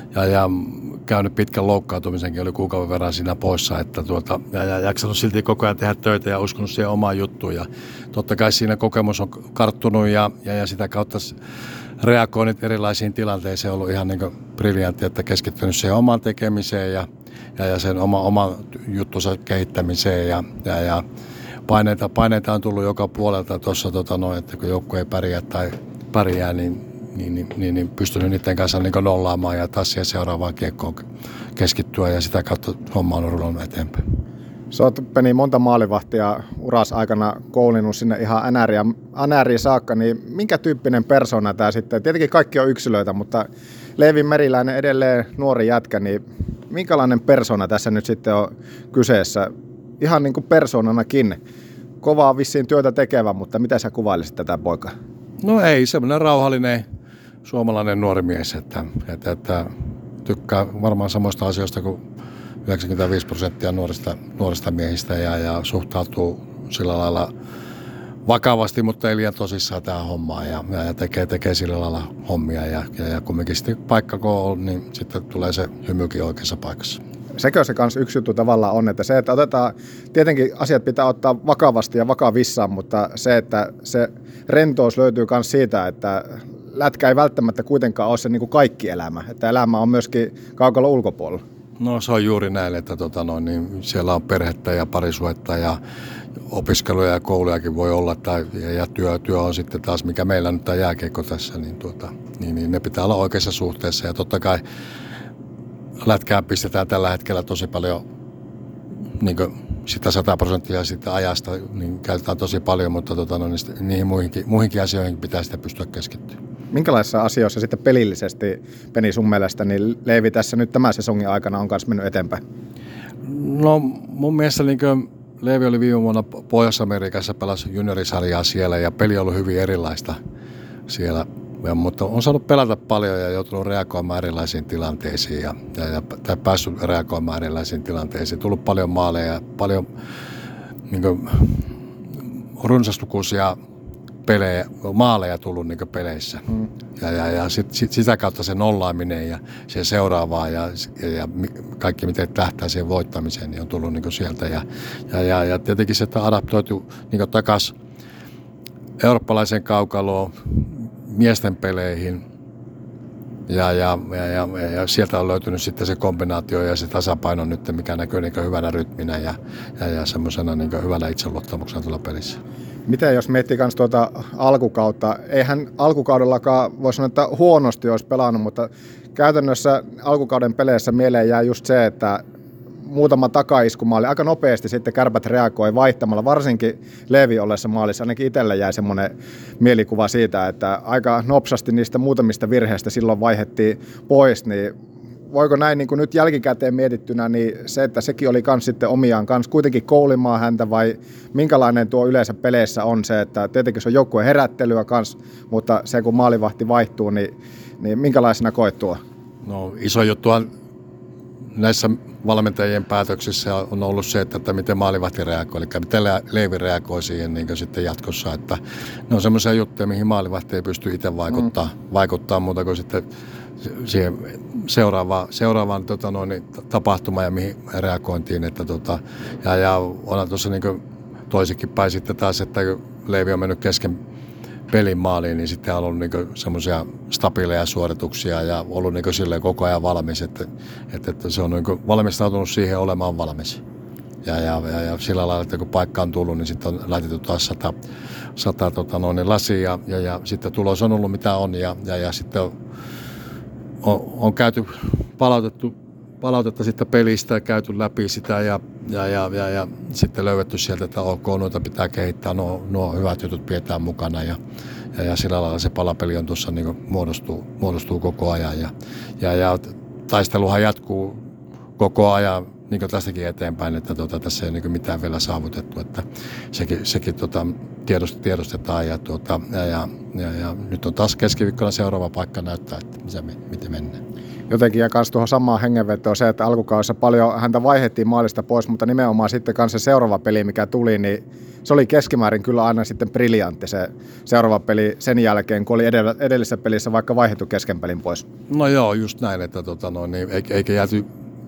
käynyt pitkän loukkaantumisenkin, oli kuukauden verran siinä poissa, että ja jaksanut silti koko ajan tehdä töitä ja uskonut siihen omaan juttuun ja totta kai siinä kokemus on karttunut ja sitä kautta reagoinnit erilaisiin tilanteisiin on ollut ihan niin kuin briljantti, että keskittynyt siihen omaan tekemiseen ja sen oman juttunsa kehittämiseen ja paineita on tullut joka puolelta tuossa, että kun joukko ei pärjää, niin pystynyt niiden kanssa niin kuin nollaamaan ja taas siihen seuraavaan kiekkoon keskittyä ja sitä kautta homma on rullannut eteenpäin. Sä oot, Peni, monta maalivahtia uras aikana koulinut sinne ihan NRiin saakka, niin minkä tyyppinen persona tämä sitten? Tietenkin kaikki on yksilöitä, mutta Leevi Meriläinen edelleen nuori jätkä, niin minkälainen persona tässä nyt sitten on kyseessä? Ihan niin kuin persoonanakin. Kovaa vissiin työtä tekevä, mutta miten sä kuvailisit tätä poikaa? No ei, semmoinen rauhallinen suomalainen nuori mies, että tykkää varmaan samoista asioista kuin 95% nuorista miehistä ja suhtautuu sillä lailla vakavasti, mutta ei liian tosissaan tähän hommaan ja tekee sillä lailla hommia ja kumminkin sitten paikka kun on, niin sitten tulee se hymykin oikeassa paikassa. Sekö se kans yksi juttu tavallaan on, että se, että otetaan, tietenkin asiat pitää ottaa vakavasti ja vakavissaan, mutta se, että se rentous löytyy myös siitä, että lätkä ei välttämättä kuitenkaan ole se niin kuin kaikki elämä, että elämä on myöskin kaukalon ulkopuolella. No se on juuri näin, että niin siellä on perhettä ja parisuhetta ja opiskeluja ja koulujakin voi olla ja työ on sitten taas, mikä meillä nyt on jääkiekko tässä, niin ne pitää olla oikeassa suhteessa ja totta kai lätkään pistetään tällä hetkellä tosi paljon niin sitä 100% siitä ajasta, niin käytetään tosi paljon, mutta niihin muihinkin asioihin pitää sitä pystyä keskittymään. Minkälaisissa asioissa sitten pelillisesti, Peni, sun mielestä, niin Leevi tässä nyt tämän sesongin aikana on myös mennyt eteenpäin? No mun mielestä Leevi oli viime vuonna Pohjois-Amerikassa, pelasi juniorisarjaa siellä ja peli on ollut hyvin erilaista siellä. Mutta on saanut pelata paljon ja joutunut reagoimaan erilaisiin tilanteisiin tai päässyt reagoimaan erilaisiin tilanteisiin. Tullut paljon maaleja ja paljon runsaslukuisia maaleja tullut peleissä. Ja sitä kautta se nollaaminen ja se seuraavaa ja kaikki miten tähtää siihen voittamiseen niin on tullut sieltä. Ja tietenkin se, että adaptoitu takaisin eurooppalaiseen kaukaloon, miesten peleihin ja sieltä on löytynyt sitten se kombinaatio ja se tasapaino nyt, mikä näkyy hyvänä rytminä ja semmoisena hyvänä itseluottamuksena tuolla pelissä. Miten jos miettii myös tuota alkukautta, eihän alkukaudellakaan voi sanoa, että huonosti olisi pelannut, mutta käytännössä alkukauden peleissä mieleen jää just se, että muutama takaiskumaali. Aika nopeasti sitten Kärpät reagoi vaihtamalla, varsinkin Leevi ollessa maalissa. Ainakin itselle jäi semmoinen mielikuva siitä, että aika nopsasti niistä muutamista virheistä silloin vaihdettiin pois. Niin voiko näin niin kuin nyt jälkikäteen mietittynä, niin se, että sekin oli kans sitten omiaan kans kuitenkin koulimaan häntä vai minkälainen tuo yleensä peleissä on se, että tietenkin se on joukkueen herättelyä kans, mutta se kun maalivahti vaihtuu, niin minkälaisena koet tuo? No iso juttuhan näissä valmentajien päätöksissä on ollut se, että miten maalivahti reagoi, eli miten Leevi reagoi siihen niin sitten jatkossa, että ne on semmoisia juttuja, mihin maalivahti ei pysty itse vaikuttaa muuta kuin sitten siihen seuraavaan tapahtumaan ja mihin reagointiin, että ja onhan tuossa niin toisikin päin sitten taas, että Leevi on mennyt kesken pelin maaliin, niin sitten on ollut semmoisia stabiileja suorituksia ja ollut silleen koko ajan valmis, että se on valmistautunut siihen olemaan valmis. Ja sillä lailla, että kun paikka on tullut, niin sitten on laitettu taas 100 lasia ja sitten tulos on ollut mitä on ja sitten on käyty palautetta sitten pelistä ja käyty läpi sitä ja sitten löydetty sieltä, että ok, noita pitää kehittää, nuo hyvät jutut pidetään mukana ja sillä lailla se palapeli on tuossa muodostuu koko ajan ja taisteluhan jatkuu koko ajan niin tästäkin eteenpäin, että tässä ei mitään vielä saavutettu, että sekin tiedostetaan ja nyt on taas keskiviikkona seuraava paikka näyttää, että miten mennään. Jotenkin ja kans tuohon samaan hengenvetoon se, että alkukaudessa paljon häntä vaihdettiin maalista pois, mutta nimenomaan sitten kanssa se seuraava peli, mikä tuli, niin se oli keskimäärin kyllä aina sitten briljantti se seuraava peli sen jälkeen, kun oli edellisessä pelissä vaikka vaihdettu kesken pelin pois. No joo, just näin, että eikä jääty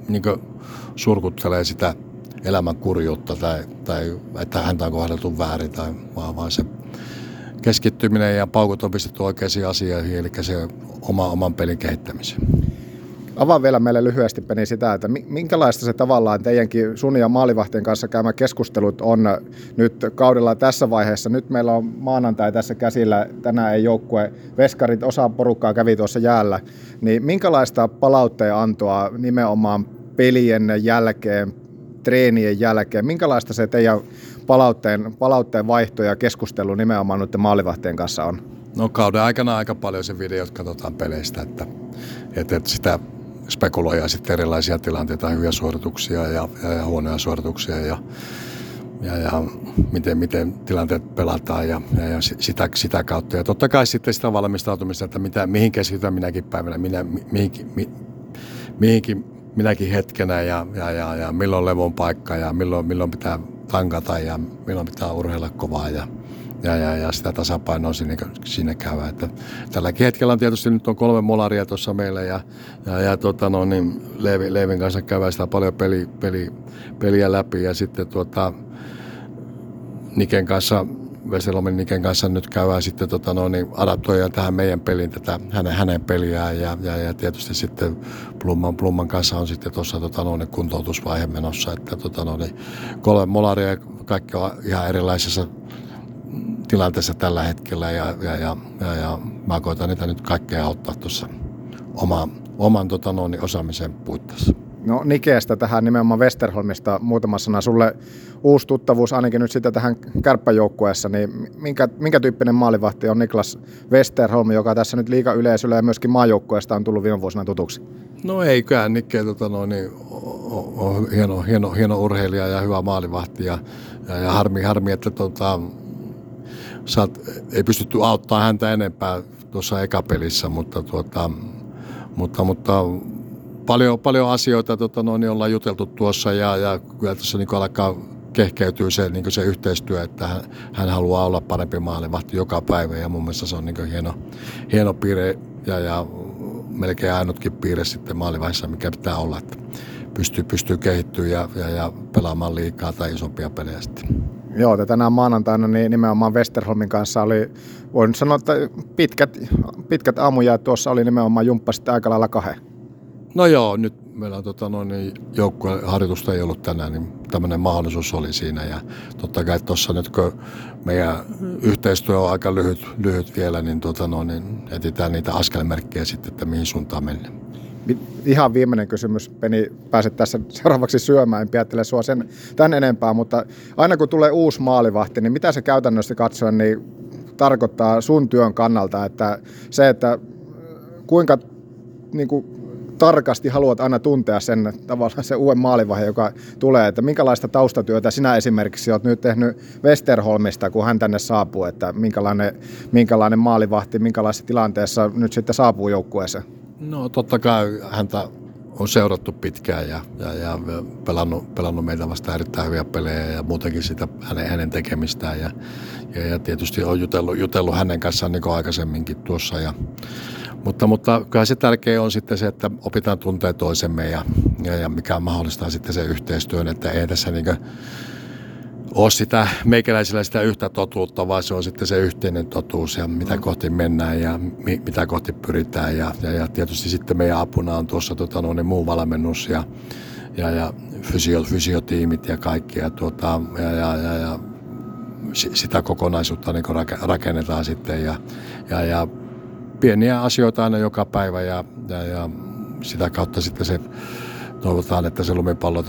surkuttelee sitä elämän kurjuutta tai että häntä on kohdeltu väärin, vaan se keskittyminen ja paukut on pistetty oikeisiin asioihin, eli se oman pelin kehittämiseen. Avaa vielä meille lyhyesti, Peni, sitä, että minkälaista se tavallaan teidänkin sun ja maalivahtien kanssa käymä keskustelut on nyt kaudella tässä vaiheessa. Nyt meillä on maanantai tässä käsillä, tänään ei joukkue, veskarit, osa porukkaa kävi tuossa jäällä, niin minkälaista palautteen antoa nimenomaan pelien jälkeen, treenien jälkeen, minkälaista se teidän palautteen vaihto ja keskustelu nimenomaan noiden maalivahtien kanssa on? No kauden aikana aika paljon se videot katsotaan peleistä, että sitä spekuloidaan sitten erilaisia tilanteita, hyviä suorituksia ja huonoja suorituksia miten tilanteet pelataan ja sitä kautta. Ja totta kai sitten sitä valmistautumista, että mihin keskitytään minäkin päivänä, mihinkin minäkin hetkenä ja milloin levon paikka ja milloin pitää tankata ja milloin pitää urheilla kovaa ja sitä tasapainoa siinä käydään. Että tälläkin hetkellä on tietysti nyt on 3 molaria tuossa meillä ja Leevin kanssa käydään sitä paljon peliä läpi ja sitten Niken kanssa, Westerholmin Niken kanssa nyt käydään sitten adaptoidaan tähän meidän peliin tätä hänen peliään ja tietysti sitten Blumman kanssa on sitten tuossa kuntoutusvaihe menossa, että 3 molaria ja kaikki on ihan erilaisessa tilanteessa tällä hetkellä ja mä koitan niitä nyt kaikkea auttaa tuossa oman osaamisen puitteissa. No Nikeestä tähän nimenomaan Westerholmista muutama sana. Sulle uusi tuttavuus ainakin nyt sitten tähän kärppäjoukkueessa, niin minkä tyyppinen maalivahti on Niklas Westerholm, joka tässä nyt liigayleisöllä ja myöskin maajoukkueesta on tullut viime vuosina tutuksi? No eikään, Nikke on hieno urheilija ja hyvä maalivahti ja harmi että ei pystytty auttamaan häntä enempää tuossa ekapelissä, mutta paljon asioita ollaan juteltu tuossa ja kyllä tuossa alkaa kehkeytyy se yhteistyö, että hän haluaa olla parempi maalivahti joka päivä ja mun mielestä se on hieno piirre ja melkein ainutkin piirre sitten maalivahdissa, mikä pitää olla, että pystyy kehittyä ja pelaamaan liikaa tai isompia pelejä sitten. Joo, tänään maanantaina niin nimenomaan Westerholmin kanssa oli, voin sanoa, että pitkät aamujäät tuossa oli nimenomaan jumppa sitten aika lailla 2. No joo, nyt meillä on joukkueen harjoitusta ei ollut tänään, niin tämmöinen mahdollisuus oli siinä. Ja totta kai tuossa nyt kun meidän yhteistyö on aika lyhyt vielä, niin, etsitään niitä askelmerkkejä sitten, että mihin suuntaan mennään. Ihan viimeinen kysymys, Peni, pääset tässä seuraavaksi syömään, en piättele sua tän enempää, mutta aina kun tulee uusi maalivahti, niin mitä se käytännössä katsoen niin tarkoittaa sun työn kannalta, että se, että kuinka niin kuin, tarkasti haluat aina tuntea sen tavallaan se uuden maalivahdin, joka tulee, että minkälaista taustatyötä sinä esimerkiksi olet nyt tehnyt Westerholmista, kun hän tänne saapuu, että minkälainen maalivahti, minkälaisessa tilanteessa nyt sitten saapuu joukkueeseen? No totta kai häntä on seurattu pitkään ja pelannut meitä vastaan erittäin hyviä pelejä ja muutenkin sitä hänen tekemistään ja tietysti on jutellut hänen kanssaan niin kuin aikaisemminkin tuossa mutta kyllä se tärkeä on sitten se, että opitaan tuntea toisemme ja mikä mahdollistaa sitten sen yhteistyön, että ei tässä niin ole sitä meikäläisillä sitä yhtä totuutta, vaan se on sitten se yhteinen totuus ja mitä kohti mennään ja mitä kohti pyritään ja tietysti sitten meidän apuna on tuossa muu valmennus ja fysiotiimit ja kaikki ja sitä kokonaisuutta niin rakennetaan sitten ja pieniä asioita aina joka päivä ja sitä kautta sitten se toivotaan, että se lumipallo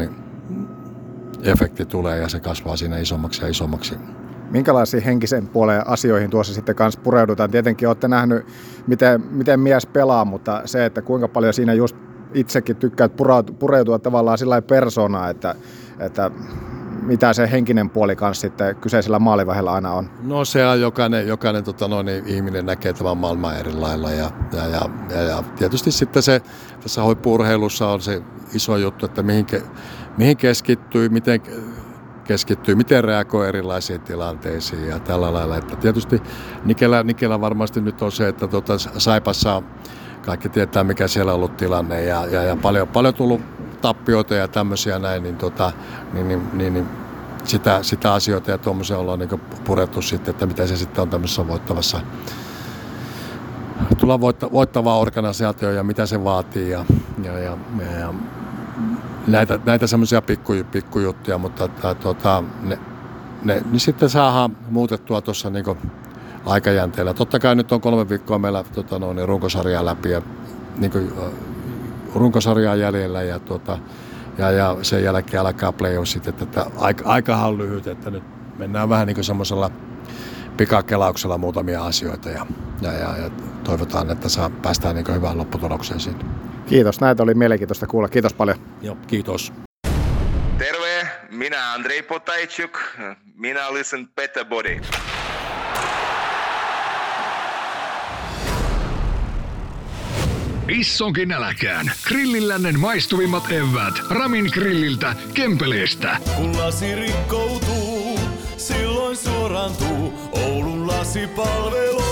efekti tulee ja se kasvaa siinä isommaksi ja isommaksi. Minkälaisiin henkisen puolen asioihin tuossa sitten kanssa pureudutaan? Tietenkin olette nähnyt, miten mies pelaa, mutta se, että kuinka paljon siinä just itsekin tykkäät pureutua tavallaan sillä persoonaa, että mitä se henkinen puoli kanssa sitten kyseisellä maalivahdella aina on? No se on jokainen ihminen näkee tämän maailman eri lailla ja tietysti sitten se tässä huippu-urheilussa on se iso juttu, että mihin keskittyy, miten reagoi erilaisiin tilanteisiin ja tällä lailla. Että tietysti Nikellä varmasti nyt on se, että Saipassa kaikki tietää mikä siellä on ollut tilanne ja paljon tullut tappioita ja tämmöisiä näin, niin sitä asioita ja tuommoisia ollaan niin purettu sitten, että mitä se sitten on tämmöisessä voittava organisaatio ja mitä se vaatii ja näitä semmoisia pikkujuttuja, mutta ne sitten saadaan muutettua tuossa niin aikajänteellä. Totta kai nyt on 3 viikkoa meillä runkosarjaa läpi ja runkosarjaa jäljellä ja sen jälkeen alkaa playoffsit, että aikahan on lyhyt, että nyt mennään vähän niin kuin semmoisella pikakelauksella muutamia asioita ja toivotaan, että päästään niin hyvään lopputulokseen siinä. Kiitos, näitä oli mielenkiintoista kuulla. Kiitos paljon. Joo, kiitos. Terve! Minä Andrei Potaichuk. Minä listen Better Body. Issonkin nälkään. Grillillännen maistuvimmat eväät. Ramin grilliltä, Kempeleestä. Kun lasi rikkoutuu, silloin suorantuu Oulun lasipalvelu.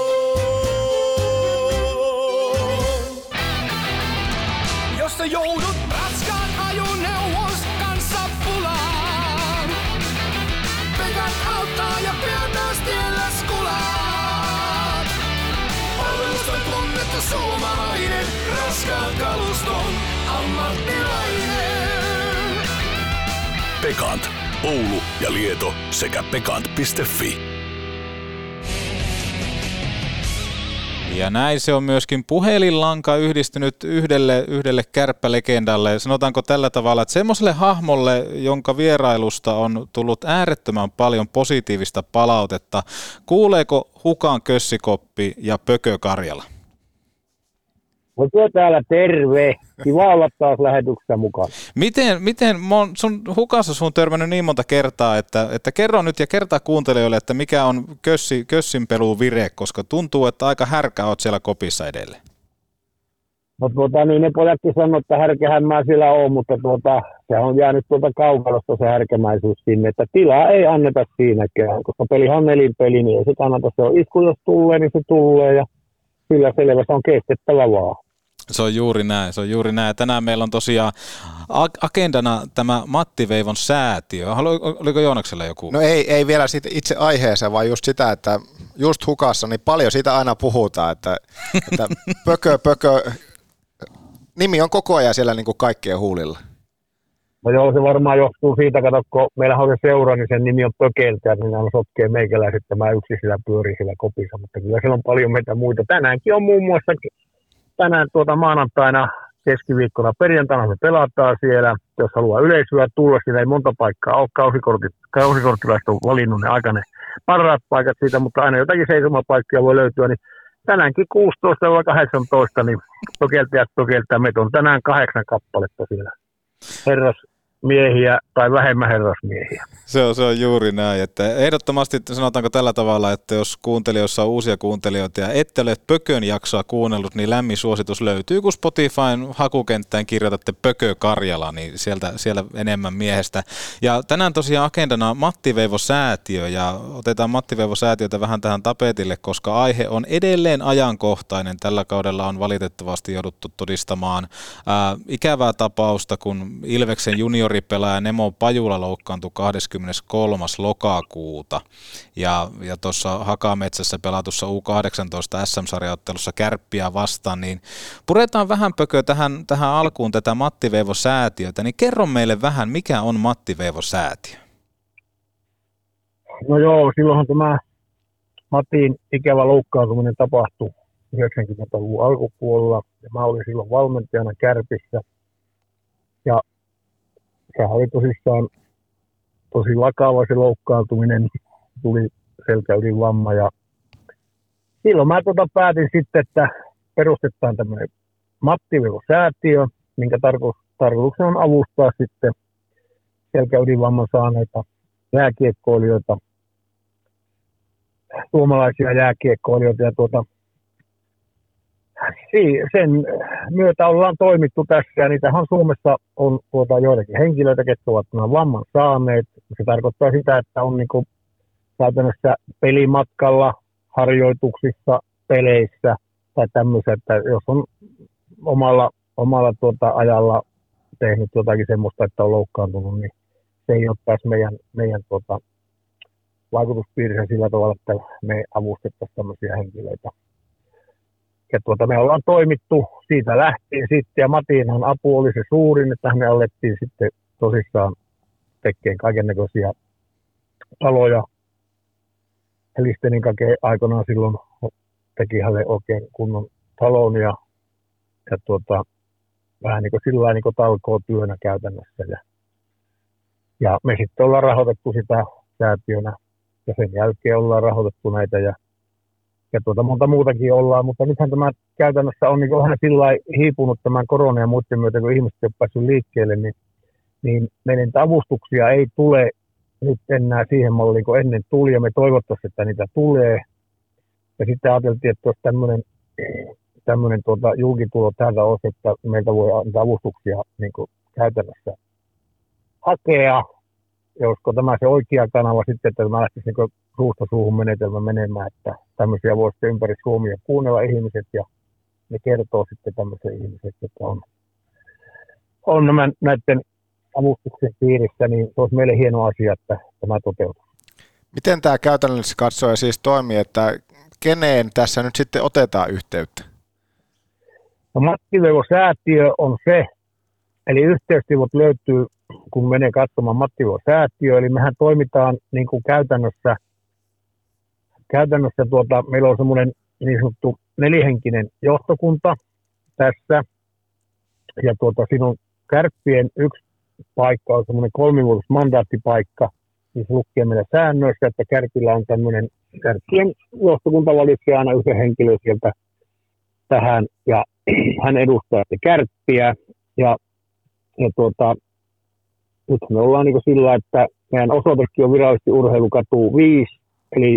Jos sä joudut raskaan ajoneuvos kanssa pulaan, Pekan auttaa ja pian taas tiellä skulaat. Palvelusta tunnettu suomalainen, raskaan kaluston ammattilainen. Pekant. Oulu ja Lieto sekä pekant.fi. Ja näin se on myöskin puhelinlanka yhdistynyt yhdelle kärppälegendalle. Sanotaanko tällä tavalla, että semmoiselle hahmolle, jonka vierailusta on tullut äärettömän paljon positiivista palautetta. Kuuleeko Hukan kössikoppi ja Pökö Karjala? Mutta täällä terve. Kiva olla taas lähetyksessä mukaan. Miten Hukassa sun törmännyt niin monta kertaa, että kerro nyt ja kertaa kuuntelijoille, että mikä on kössinpeluun vire, koska tuntuu, että aika härkä oot siellä kopissa edelleen. No niin ne pojatkin sanoo, että härkähän mä siellä oon, mutta se on jäänyt kaukalosta se härkämäisyys sinne, että tilaa ei anneta siinäkään, koska pelihan on nelinpeli, niin ei se kannata. Se on isku, jos tulee, niin se tulee ja kyllä selvä, se on kestettävä vaan. Se on juuri näin. Tänään meillä on tosiaan agendana tämä Matti Veivon säätiö. Oliko Joonaksella joku? No ei vielä siitä itse aiheeseen, vaan just sitä, että just Hukassa niin paljon siitä aina puhutaan, että pökö, nimi on koko ajan siellä niin kuin kaikkien huulilla. No joo, se varmaan johtuu siitä, kun meillä on se seura, niin sen nimi on Pökeltä, niin aina sotkee meikäläiset, että mä yksin sillä pyörin sillä kopissa, mutta kyllä siellä on paljon meitä muita. Tänäänkin on muun muassa tänään maanantaina, keskiviikkona, perjantaina me pelataan siellä. Jos haluaa yleisöä tulla, siinä ei monta paikkaa ole. Kausikorttilaiset on valinnut ne aika ne parhaat paikat siitä, mutta aina jotakin seisomapaikkoja voi löytyä. Niin tänäänkin 16-18, niin Pökeltä meitä on tänään 8 kappaletta siellä. Herrasmiehiä tai vähemmän herrasmiehiä. Se on juuri näin, että ehdottomasti sanotaanko tällä tavalla, että jos kuuntelijoissa on uusia kuuntelijoita ja ette ole Pökön jaksoa kuunnellut, niin lämmin suositus löytyy, kun Spotifyn hakukenttään kirjoitatte Pökö Karjala, niin siellä enemmän miehestä. Ja tänään tosiaan agendana Matti Veivo säätiö ja otetaan Matti Veivo säätiötä vähän tähän tapetille, koska aihe on edelleen ajankohtainen. Tällä kaudella on valitettavasti jouduttu todistamaan ikävää tapausta, kun Ilveksen junioripelaaja Nemo Pajula loukkaantui 23. lokakuuta ja tuossa Hakametsässä pelatussa U18 SM-sarjaottelussa Kärppiä vastaan, niin puretaan vähän Pökö tähän alkuun tätä Matti Veivo säätiötä, niin kerro meille vähän, mikä on Matti Veivo säätiö? No joo, silloinhan tämä Matin ikävä loukkaantuminen tapahtui 90-luvun alkupuolella ja mä olin silloin valmentajana Kärpissä ja sehän oli tosissaan tosi vakava se loukkaantuminen, tuli selkäydinvamma ja silloin mä päätin sitten, että perustetaan tämmöinen Matti Veivo säätiö, minkä tarkoituksena on avustaa sitten selkäydinvamman saaneita jääkiekkoilijoita, suomalaisia jääkiekkoilijoita ja sen myötä ollaan toimittu tässä ja niitähän Suomessa on joitakin henkilöitä, jotka ovat tämän vamman saaneet. Se tarkoittaa sitä, että on niinku käytännössä pelimatkalla, harjoituksissa, peleissä tai tämmöisiä, että jos on omalla ajalla tehnyt jotakin semmoista, että on loukkaantunut, niin se ei ole tässä meidän vaikutuspiirissä sillä tavalla, että me avustettaisiin tämmöisiä henkilöitä. Ja me ollaan toimittu siitä lähtien sitten, ja Matinhan apu oli se suurin, että me alettiin sitten tosissaan tekemään kaikennäköisiä taloja. Helistenin kake aikanaan silloin teki hänelle oikein kunnon talon, ja vähän niin kuin sillä niin talkoo työnä käytännössä. Ja me sitten ollaan rahoitettu sitä säätiönä, ja sen jälkeen ollaan rahoitettu näitä, ja monta muutakin ollaan, mutta nythän tämä käytännössä on niin vähän sillä hiipunut tämän korona ja muiden myötä, kun ihmiset ei ole päässyt liikkeelle, niin niin meidän avustuksia ei tule nyt enää siihen malliin, kun ennen tuli, ja me toivottaisiin, että niitä tulee. Ja sitten ajateltiin, että jos tämmöinen julkitulo täältä olisi, että meiltä voi antaa avustuksia niin kuin käytännössä hakea. Ja olisiko tämä se oikea kanava sitten, että mä lähtisin niin suusta suuhun menetelmä menemään, että tämmöisiä voisi ympäri Suomia kuunnella ihmiset, ja ne kertoo sitten tämmöisen ihmiset, että on näiden avustuksen piirissä, niin se olisi meille hieno asia, että tämä toteutuu. Miten tämä käytännössä katsoen siis toimii, että keneen tässä nyt sitten otetaan yhteyttä? No, Matti Veivo-säätiö on se, eli yhteystivut löytyy, kun menee katsomaan Matti Veivo-säätiö, eli mehän toimitaan niin kuin käytännössä meillä on semmoinen niin sanottu 4-henkinen johtokunta tässä, ja siinä on Kärppien yksi paikka, on semmoinen 3-vuotismandaattipaikka, niin se lukee meillä säännöissä, että Kärpillä on tämmöinen Kärppien johtokunta valitsee aina yhden henkilön sieltä tähän, ja hän edustaa Kärppiä, ja nyt me ollaan niin sillä, että meidän osoitekin on virallisesti Urheilukatu 5, eli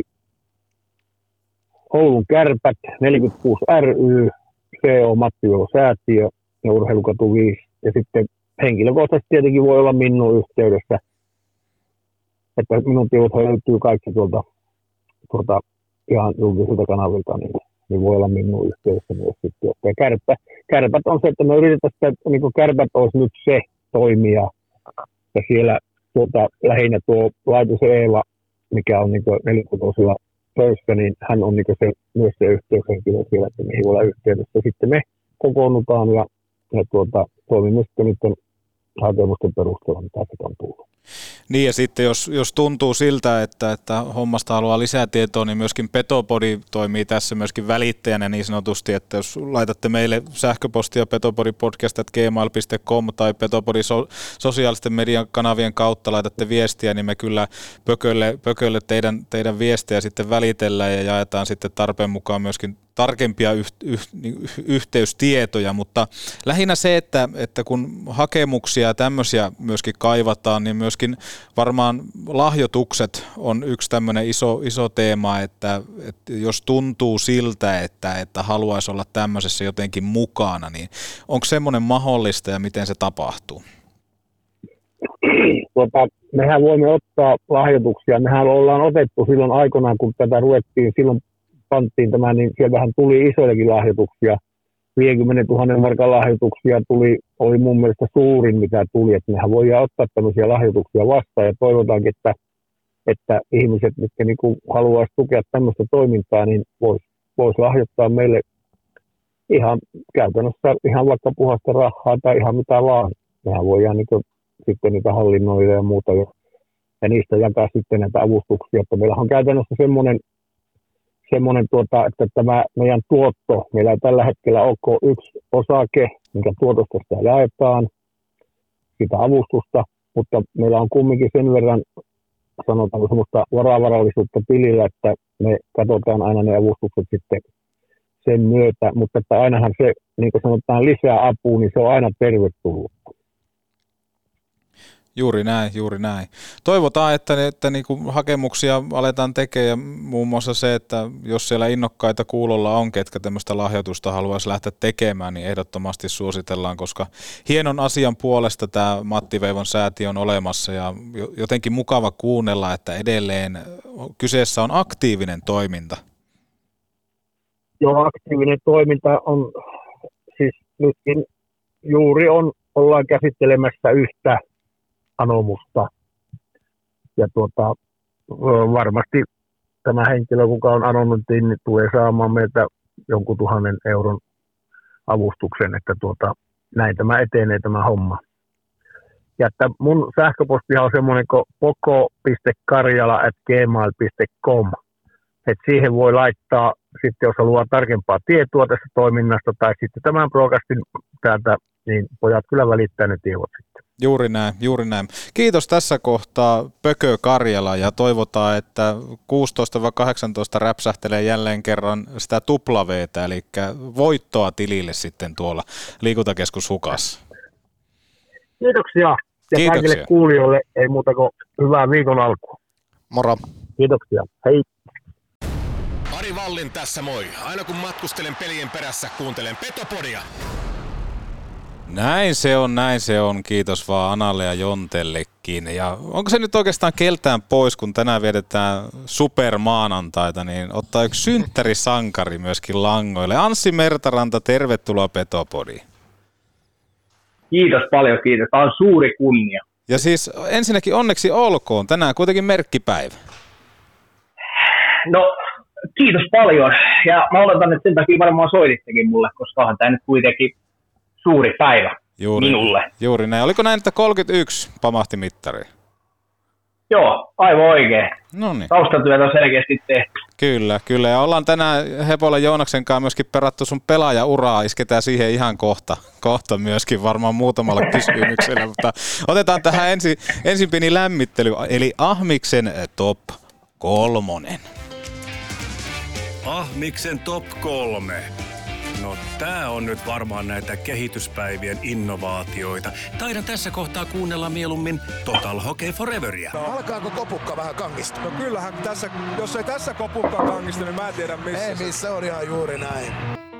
Oulun Kärpät 46 ry, CO Matti Veivo-säätiö ja Urheilukatu 5, ja sitten henkilökohtaisesti tietenkin voi olla minun yhteydessä, että minun tiedot löytyy kaikki tuolta ihan julkisilta kanavilta, niin voi olla minun yhteydessä myös sitten. Ja kärpät on se, että me yritetään sitä, että niin Kärpät olisi nyt se toimija, ja siellä lähinnä tuo Laitusen Eeva, mikä on niin nelikutoisilla töissä, niin hän on niin myös se yhteyshenkilö siellä, että mihin voi olla yhteydessä. Sitten me kokoonnutaan ja toimimme sitten niiden hakemusten perusteella, mitä sitä on tullut. Niin, ja sitten jos tuntuu siltä, että hommasta haluaa lisää tietoa, niin myöskin Petopodi toimii tässä myöskin välittäjänä niin sanotusti, että jos laitatte meille sähköpostia petopodipodcast@gmail.com tai Petopodi sosiaalisten median kanavien kautta laitatte viestiä, niin me kyllä pökölle teidän viestejä sitten välitellään ja jaetaan sitten tarpeen mukaan myöskin tarkempia yhteystietoja, mutta lähinnä se, että kun hakemuksia ja tämmöisiä myöskin kaivataan, niin myöskin varmaan lahjoitukset on yksi tämmöinen iso teema, että jos tuntuu siltä, että haluaisi olla tämmöisessä jotenkin mukana, niin onko semmoinen mahdollista ja miten se tapahtuu? Mehän voimme ottaa lahjoituksia. Mehän ollaan otettu silloin aikoinaan, kun tätä ruvettiin, silloin panttiin tämä, niin sieltähän tuli isojakin lahjoituksia. 50 000 markan lahjoituksia oli mun mielestä suurin, mitä tuli. Että mehän voidaan ottaa tämmöisiä lahjoituksia vastaan ja toivotaankin, että ihmiset, mitkä niinku haluaisi tukea tämmöistä toimintaa, niin vois lahjoittaa meille ihan käytännössä ihan vaikka puhasta rahaa tai ihan mitä vaan. Mehän voidaan niinku sitten niitä hallinnoida ja muuta ja niistä jakaa sitten näitä avustuksia. Että meillä on käytännössä semmoinen, että tämä meidän tuotto, meillä ei tällä hetkellä ole yksi osake, minkä tuotosta sitä jaetaan, sitä avustusta, mutta meillä on kumminkin sen verran, sanotaan semmoista varavarallisuutta tilillä, että me katsotaan aina ne avustukset sitten sen myötä, mutta että ainahan se, niin kuin sanotaan, lisää apua, niin se on aina tervetullut. Juuri näin. Toivotaan, että niin kuin hakemuksia aletaan tekemään ja muun muassa se, että jos siellä innokkaita kuulolla on, ketkä tämmöistä lahjoitusta haluaisi lähteä tekemään, niin ehdottomasti suositellaan, koska hienon asian puolesta tämä Matti Veivon säätiö on olemassa ja jotenkin mukava kuunnella, että edelleen kyseessä on aktiivinen toiminta. Joo, aktiivinen toiminta on, siis nytkin juuri ollaan käsittelemässä yhtä anomusta. Ja varmasti tämä henkilö, kuka on anonut, niin tulee saamaan meiltä jonkun 1 000 euron avustuksen, että näin tämä etenee tämä homma. Ja että mun sähköpostihan on semmoinen kuin poko.karjala@gmail.com. Että siihen voi laittaa sitten, jos haluaa tarkempaa tietoa tästä toiminnasta tai sitten tämän broadcastin täältä, niin pojat kyllä välittää ne tiedot sitten. Juuri näin. Kiitos tässä kohtaa Pökö Karjala ja toivotaan, että 16-18 räpsähtelee jälleen kerran sitä tuplaveetä, eli voittoa tilille sitten tuolla Liikuntakeskus Hukassa. Kiitoksia. Ja kaikille kuulijoille ei muuta kuin hyvää viikon alkua. Moro. Kiitoksia. Hei. Ari Vallin tässä moi. Aina kun matkustelen pelien perässä, kuuntelen Petopodia. Näin se on. Kiitos vaan Analle ja Jontellekin. Ja onko se nyt oikeastaan keltään pois, kun tänään vietetään supermaanantaita, niin ottaa yksi synttärisankari myöskin langoille. Anssi Mertaranta, tervetuloa Petopodiin. Kiitos paljon, kiitos. Tämä on suuri kunnia. Ja siis ensinnäkin onneksi olkoon. Tänään kuitenkin merkkipäivä. No, kiitos paljon. Ja mä oletan, että sen takia varmaan soitittekin mulle, koska onhan tämä nyt kuitenkin suuri päivä minulle. Juuri näin. Oliko näin, että 31 pamahti mittariin? Joo, aivan oikein. Noniin. Taustatyötä on selkeästi tehty. Kyllä. Ja ollaan tänään Hepola Joonaksen kanssa myöskin perattu sun pelaajauraa. Isketään siihen ihan kohta myöskin varmaan muutamalla kysymyksellä. Mutta otetaan tähän ensin pieni lämmittely. Eli Ahmiksen top 3. Ahmiksen top 3. No tää on nyt varmaan näitä kehityspäivien innovaatioita. Taidan tässä kohtaa kuunnella mieluummin Total Hockey Foreveria. Alkaako kopukka vähän kangista? No kyllähän tässä, jos ei tässä kopukka kangista, niin mä en tiedä missä. Ei missä, on ihan juuri näin.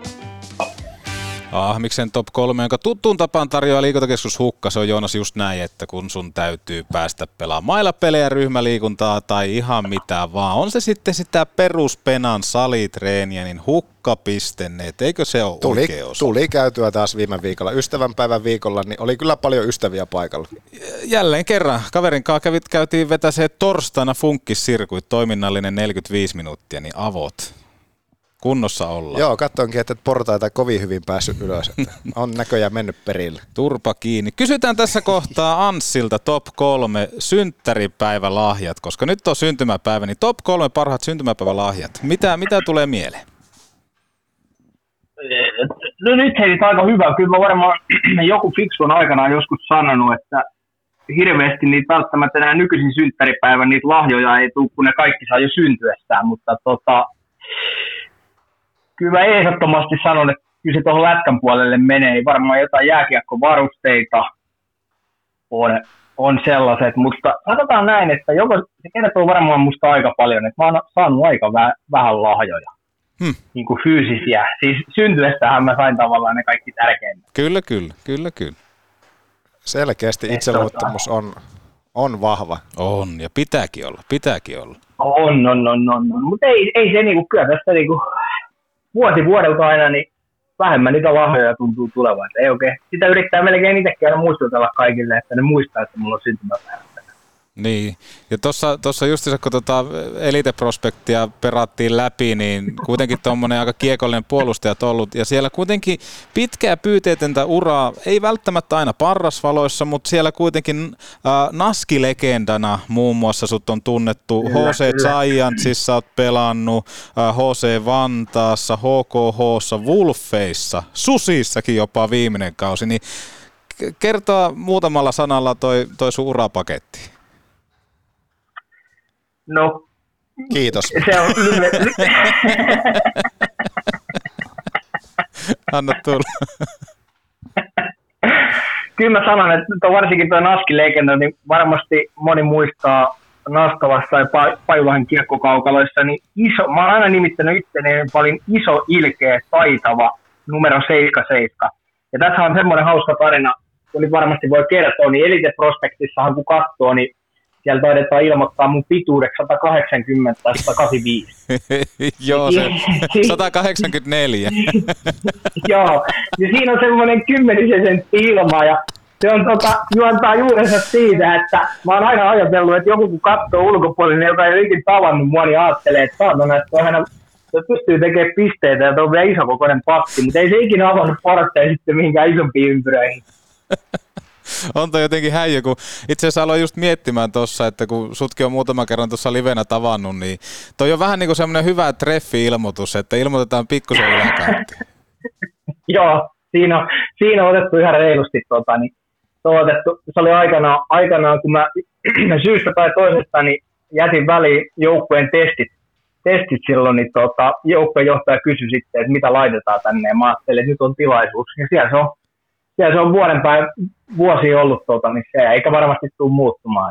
Ahmiksen top 3, jonka tuttuun tapaan tarjoaa Liikuntakeskus Hukka. Se on Joonas just näin, että kun sun täytyy päästä pelaamaan mailapelejä, ryhmäliikuntaa tai ihan mitä vaan. On se sitten sitä peruspenan salitreeniä, niin hukka.net. Eikö se ole oikea osa? Tuli käytyä taas viime viikolla. Ystävänpäivän viikolla, niin oli kyllä paljon ystäviä paikalla. Jälleen kerran. Kaverin kanssa käytiin vetäseen torstaina funkkissirkuit, toiminnallinen 45 minuuttia, niin avot. Kunnossa ollaan. Joo, katsoinkin, että portaita kovin hyvin päässyt ylös. Että on näköjään mennyt perille. Turpa kiinni. Kysytään tässä kohtaa Anssilta top 3 synttäripäivälahjat, koska nyt on syntymäpäivä, niin top 3 parhaat syntymäpäivälahjat. Mitä tulee mieleen? No nyt heitit aika hyvä. Kyllä mä varmaan joku fiksu on aikanaan joskus sanonut, että hirveästi niitä välttämättä enää nykyisin synttäripäivän niitä lahjoja ei tule, kun ne kaikki saa jo syntyessään, mutta kyllä mä ehdottomasti sanon, että kyllä se tuohon lätkän puolelle menee. Varmaan jotain jääkiekkovarusteita on sellaiset, mutta sanotaan näin, että se kertoo varmaan musta aika paljon, että mä oon saanut aika vähän lahjoja. Niin kuin fyysisiä. Siis syntyessähän mä sain tavallaan ne kaikki tärkeimmät. Kyllä. Selkeästi itseluottamus on vahva. On, ja pitääkin olla. On. Mutta ei se niinku, kyllä tästä niinku vuosi vuodelta aina, niin vähemmän niitä lahjoja tuntuu tulevan. Ei oikein. Sitä yrittää melkein itsekin aina muistutella kaikille, että ne muistaa, että mulla on syntymäpäivä. Niin, ja tuossa justiinsa kun Elite Prospektia perattiin läpi, niin kuitenkin tuommoinen aika kiekollinen puolustajat ollut, ja siellä kuitenkin pitkää pyyteetöntä uraa, ei välttämättä aina parrasvaloissa, mutta siellä kuitenkin Naski-legendana muun muassa sut on tunnettu, HC Giantsissa oot pelannut, HC Vantaassa, HKH:ssa, Wolfeissa, Susissakin jopa viimeinen kausi, niin kertoa muutamalla sanalla toi sun urapaketti. No, kiitos. Se on Anna tulla. Kyllä mä sanon, että varsinkin tuo Naski-legenda, niin varmasti moni muistaa Naskalassa tai Pajulahen kiekkokaukaloissa, niin mä oon aina nimittänyt itteni paljon iso, ilkeä, taitava numero 77. Ja tässä on semmoinen hauska tarina, kun varmasti voi kertoa, niin Elite Prospektissahan kun katsoo, niin siellä taidetaan ilmoittaa mun pituudeksi 180 tai 185. Joo, se 184. Joo, ja siinä on semmoinen 10 sentti ilma, ja se on juontaa juurensa siitä, että mä oon aina ajatellut, että joku kun katsoo ulkopuolinen, joka ei ole ikinä tavannut mua, niin ajattelee, että saatana, että se pystyy tekemään pisteitä ja on vielä isokokoinen pakki, mutta ei se ikinä avannut portteja sitten mihinkään isompiin ympyröihin. On toi jotenkin häijö, kun itse asiassa aloin just miettimään tuossa, että kun sutkin on muutaman kerran tuossa livenä tavannut, niin toi on vähän niin kuin semmoinen hyvä treffi-ilmoitus, että ilmoitetaan pikkusen yläkanttiin. Joo, siinä on otettu ihan reilusti niin se oli aikanaan kun mä syystä tai toisesta niin jätin väliin joukkueen testit silloin, niin joukkueen johtaja kysyi sitten, että mitä laitetaan tänne, ja mä ajattelin, että nyt on tilaisuus, ja siellä se siellä se on vuosi ollut, niin se eikä varmasti tule muuttumaan.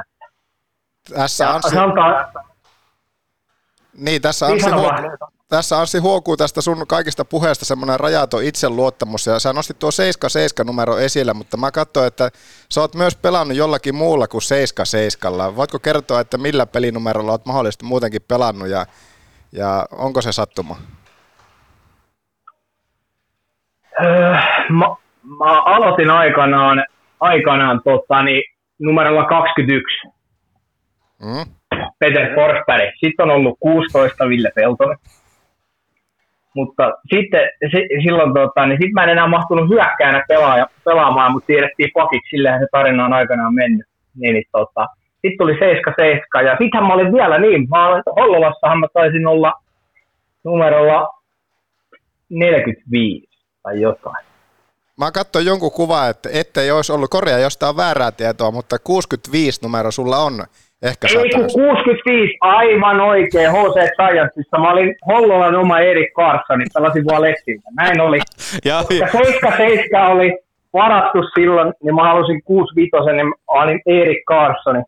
Tässä Anssi huokuu tästä sun kaikista puheesta semmoinen rajaton itseluottamus, ja sä nostit tuo 77 numero esille, mutta mä katsoin, että sä oot myös pelannut jollakin muulla kuin 77. Voitko kertoa, että millä pelinumerolla oot mahdollisesti muutenkin pelannut, ja onko se sattuma? Mä aloitin aikanaan numerolla 21. Peter Forsberg. Sitten on ollut 16 Ville Peltonen. Mutta sitten silloin niin mä en enää mahtunut hyökkäänä pelaamaan, mutta tiedettiin pakiksi, sillähän se tarina on aikanaan mennyt. Sitten tuli 77 ja sittenhän mä olin vielä Hollolassahan mä taisin olla numerolla 45 tai jotain. Mä katsoin jonkun kuvaa, että ettei olisi ollut, korjaa jostain väärää tietoa, mutta 65 numero sulla on ehkä ei kun 65, aivan oikein, HC Giantsissa. Mä olin Hollolan oma Erik Carlson, pelasin vaan Letsiltä. Näin oli. Ja 77 oli varattu silloin, niin mä halusin 65, niin mä olin Erik Carlson.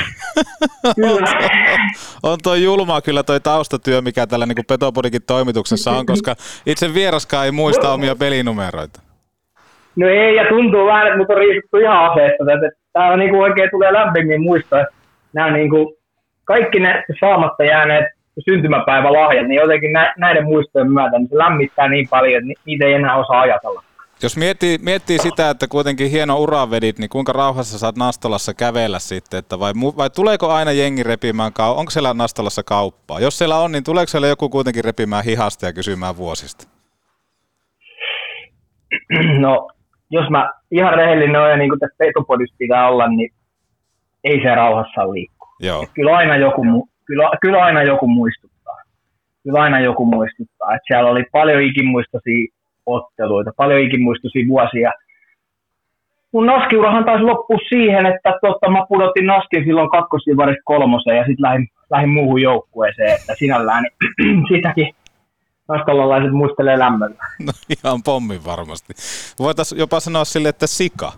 On toi julmaa kyllä toi taustatyö, mikä tällä niin Petopodikin toimituksessa on, koska itse vieraskaan ei muista omia pelinumeroita. No ei, ja tuntuu vähän, että mut on riisuttu ihan aseesta. Täällä niin oikein tulee lämpimmin muistaa, että nämä niin kuin, kaikki ne saamatta jääneet syntymäpäivälahjat, niin jotenkin näiden muistojen myötä niin se lämmittää niin paljon, että niitä ei enää osaa ajatella. Jos miettii sitä, että kuitenkin hieno ura vedit, niin kuinka rauhassa saat Nastolassa kävellä sitten, että vai tuleeko aina jengi repimään, onko siellä Nastolassa kauppaa? Jos siellä on, niin tuleeko siellä joku kuitenkin repimään hihasta ja kysymään vuosista? No, jos mä ihan rehellinen olen ja niin kuin tässä Petopodissa pitää olla, niin ei se rauhassa liikkuu. Kyllä aina joku muistuttaa. Että siellä oli paljon ikimuistoisia otteluita, paljon ikimuistoisia vuosia. Mun naskiurahan taisi loppua siihen, että mä pudotin naskin silloin kakkosdivarista 3 ja sitten lähdin muuhun joukkueeseen, että sinällään niin sitäkin nastolalaiset muistelee lämmöllä. No ihan pommin varmasti. Voitaisiin jopa sanoa sille, että sika.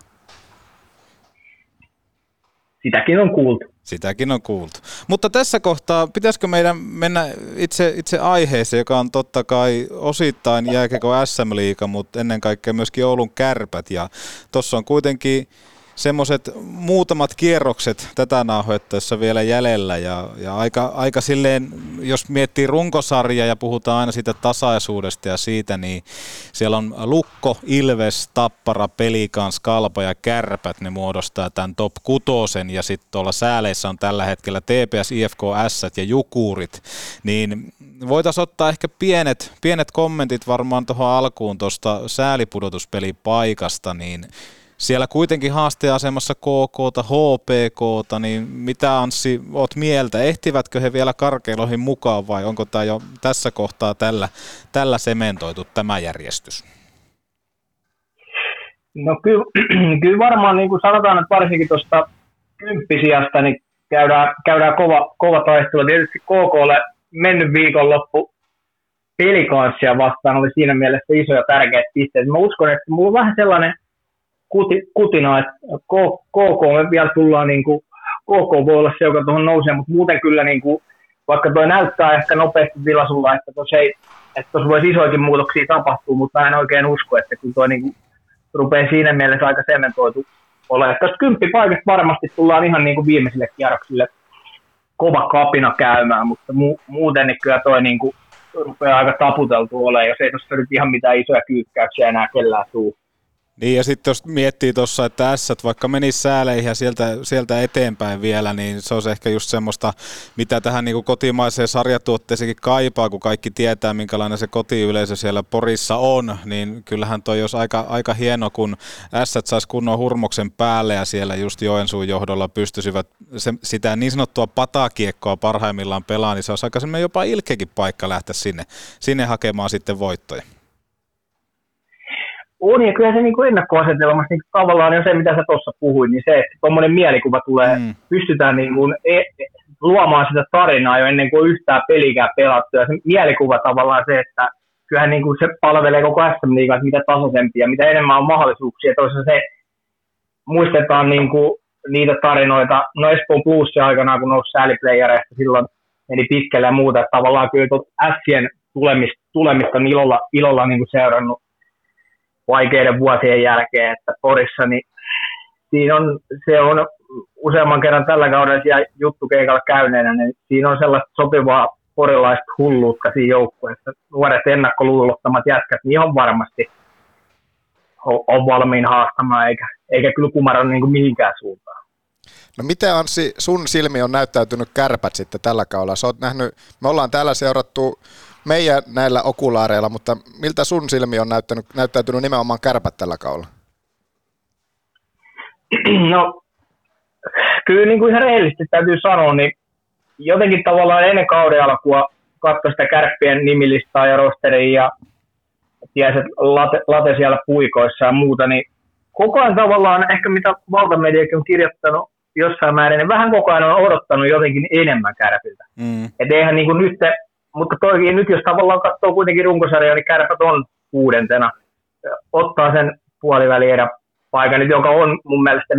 Sitäkin on kuultu. Mutta tässä kohtaa, pitäisikö meidän mennä itse aiheeseen, joka on totta kai osittain jääkiekko SM-liiga, mutta ennen kaikkea myöskin Oulun Kärpät. Ja tuossa on kuitenkin semmoiset muutamat kierrokset tätä nauhoittaessa vielä jäljellä ja aika silleen, jos miettii runkosarjaa ja puhutaan aina siitä tasaisuudesta ja siitä, niin siellä on Lukko, Ilves, Tappara, Pelikans, Kalpa ja Kärpät, ne muodostaa tämän top 6 ja sitten tuolla sääleissä on tällä hetkellä TPS, IFK, Ässät ja Jukurit, niin voitaisiin ottaa ehkä pienet kommentit varmaan tuohon alkuun tuosta säälipudotuspelipaikasta, niin siellä kuitenkin haasteasemassa KK:ta, HPK:ta, niin mitä Anssi oot mieltä? Ehtivätkö he vielä karkeiloihin mukaan vai onko tämä jo tässä kohtaa tällä sementoitu tämä järjestys? No kyllä varmaan niin kuin sanotaan, että varsinkin tuosta 10 sijasta niin käydään kova taistelu. Tietysti KK:lle mennyt viikonloppu Pelikanssia vastaan oli siinä mielessä iso ja tärkeät pisteet. Mä uskon, että mulla on vähän sellainen kutina, että KK me vielä tullaan, niin kuin, KK voi olla se, joka tuohon nousee, mutta muuten kyllä, niin kuin, vaikka tuo näyttää ehkä nopeasti Vilasulla, että tuossa voisi isoikin muutoksia tapahtua, mutta mä en oikein usko, että kun tuo niin kuin, rupeaa siinä mielessä aika sementoitu olemaan. Tästä 10 paikasta varmasti tullaan ihan niin kuin viimeisille kierroksille kova kapina käymään, mutta muuten niin kyllä tuo niin kuin, rupeaa aika taputeltu olemaan, jos ei tuossa nyt ihan mitään isoja kyykkäyksiä enää kellään tuu. Niin ja sitten jos miettii tuossa, että Ässät vaikka menisi sääleihin ja sieltä eteenpäin vielä, niin se olisi ehkä just semmoista, mitä tähän niin kuin kotimaiseen sarjatuotteeseenkin kaipaa, kun kaikki tietää, minkälainen se kotiyleisö siellä Porissa on, niin kyllähän toi olisi aika hieno, kun Ässät saisi kunnon hurmoksen päälle ja siellä just Joensuun johdolla pystyisivät sitä niin sanottua patakiekkoa parhaimmillaan pelaa, niin se olisi aika semmoinen jopa ilkeäkin paikka lähteä sinne hakemaan sitten voittoja. On, ja kyllä se niin ennakkoasetelmassa niin tavallaan jo se, mitä sä tuossa puhuit, niin se, että tuommoinen mielikuva tulee, pystytään niin kuin luomaan sitä tarinaa jo ennen kuin yhtään pelikään pelattu, ja se mielikuva tavallaan se, että kyllähän niin kuin se palvelee koko SM-liigaa, että mitä tasaisempia, mitä enemmän on mahdollisuuksia. Toisaalta se muistetaan niin kuin niitä tarinoita, no Espoon Bluesin aikana, kun nousi sääliplayereista, silloin meni pitkälle ja muuta, että tavallaan kyllä Sien tulemista on ilolla niin kuin seurannut vaikeiden vuosien jälkeen, että Porissa, niin se on useamman kerran tällä kaudella siellä juttukeikalla käyneenä, niin siinä on sellaista sopivaa porilaista hulluutta siinä joukkueessa. Nuoret ennakkoluulottomat jätkät, niin ihan varmasti on valmiin haastamaan, eikä kyllä kumara niin kuin mihinkään suuntaan. No miten Anssi, sun silmi on näyttäytynyt Kärpät sitten tällä kaudella? Sä oot nähnyt, me ollaan täällä seurattu meidän näillä okulaareilla, mutta miltä sun silmi on näyttäytynyt nimenomaan Kärpät tällä kaudella? No kyllä niin kuin ihan rehellisesti täytyy sanoa, niin jotenkin tavallaan ennen kauden alkua katsoi sitä Kärppien nimilistaa ja rosteria ja tiesi, että late siellä puikoissa ja muuta, niin koko ajan tavallaan ehkä mitä valtamediakin on kirjoittanut jossain määrin, niin vähän koko ajan on odottanut jotenkin enemmän Kärpiltä. Et eihän niin kuin nyt, mutta toikin nyt jos tavallaan katsoo kuitenkin runkosarjaa, niin Kärpät on 6. Ottaa sen puolivälierä paikan, joka on mun mielestä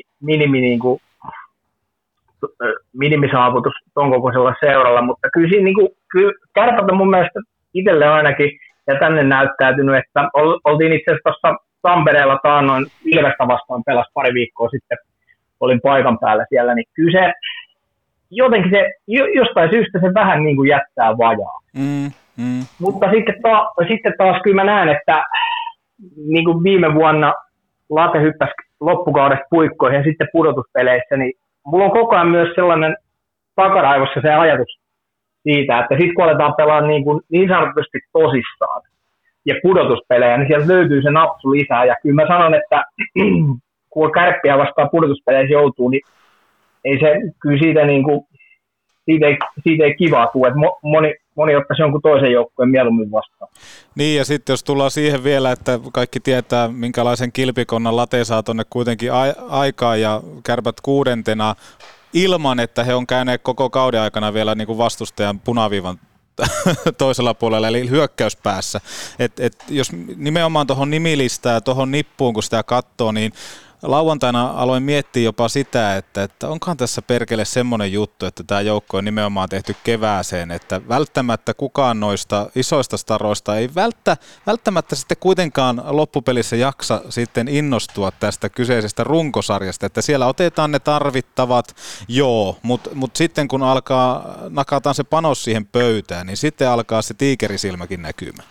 minimisaavutus ton kokoisella seuralla, mutta kyllä siinä kyllä Kärpät on mun mielestä itselle ainakin ja tänne näyttäytynyt, että oltiin itse asiassa tuossa Tampereella taannoin Ilvestä vastaan pelasi pari viikkoa sitten, olin paikan päällä siellä, niin kyllä se jotenkin se jostain syystä se vähän niin kuin jättää vajaa. Mutta sitten taas kyllä mä näen, että niin kuin viime vuonna Late hyppäsi loppukaudesta puikkoihin ja sitten pudotuspeleissä, niin mulla on koko ajan myös sellainen takaraivossa se ajatus siitä, että sitten kun aletaan pelaa niin sanotusti tosissaan ja pudotuspelejä, niin sieltä löytyy se napsu lisää. Ja kyllä mä sanon, että kun Kärppiä vastaan pudotuspeleissä joutuu, niin ei se kyllä siitä ei kivaa tule, että moni ottaisi jonkun toisen joukkueen mieluummin vastaan. Niin, ja sitten jos tullaan siihen vielä, että kaikki tietää, minkälaisen kilpikonnan Late saa tuonne kuitenkin aikaa, ja Kärpät 6. ilman, että he on käyneet koko kauden aikana vielä niin kuin vastustajan punaviivan toisella puolella, eli hyökkäyspäässä. Et jos nimenomaan tuohon nimilistaan ja tuohon nippuun, kun sitä katsoo, niin lauantaina aloin miettiä jopa sitä, että onkohan tässä perkele semmoinen juttu, että tämä joukko on nimenomaan tehty kevääseen, että välttämättä kukaan noista isoista staroista ei välttämättä sitten kuitenkaan loppupelissä jaksa sitten innostua tästä kyseisestä runkosarjasta, että siellä otetaan ne tarvittavat, mutta sitten kun nakataan se panos siihen pöytään, niin sitten alkaa se tiikerisilmäkin näkymään.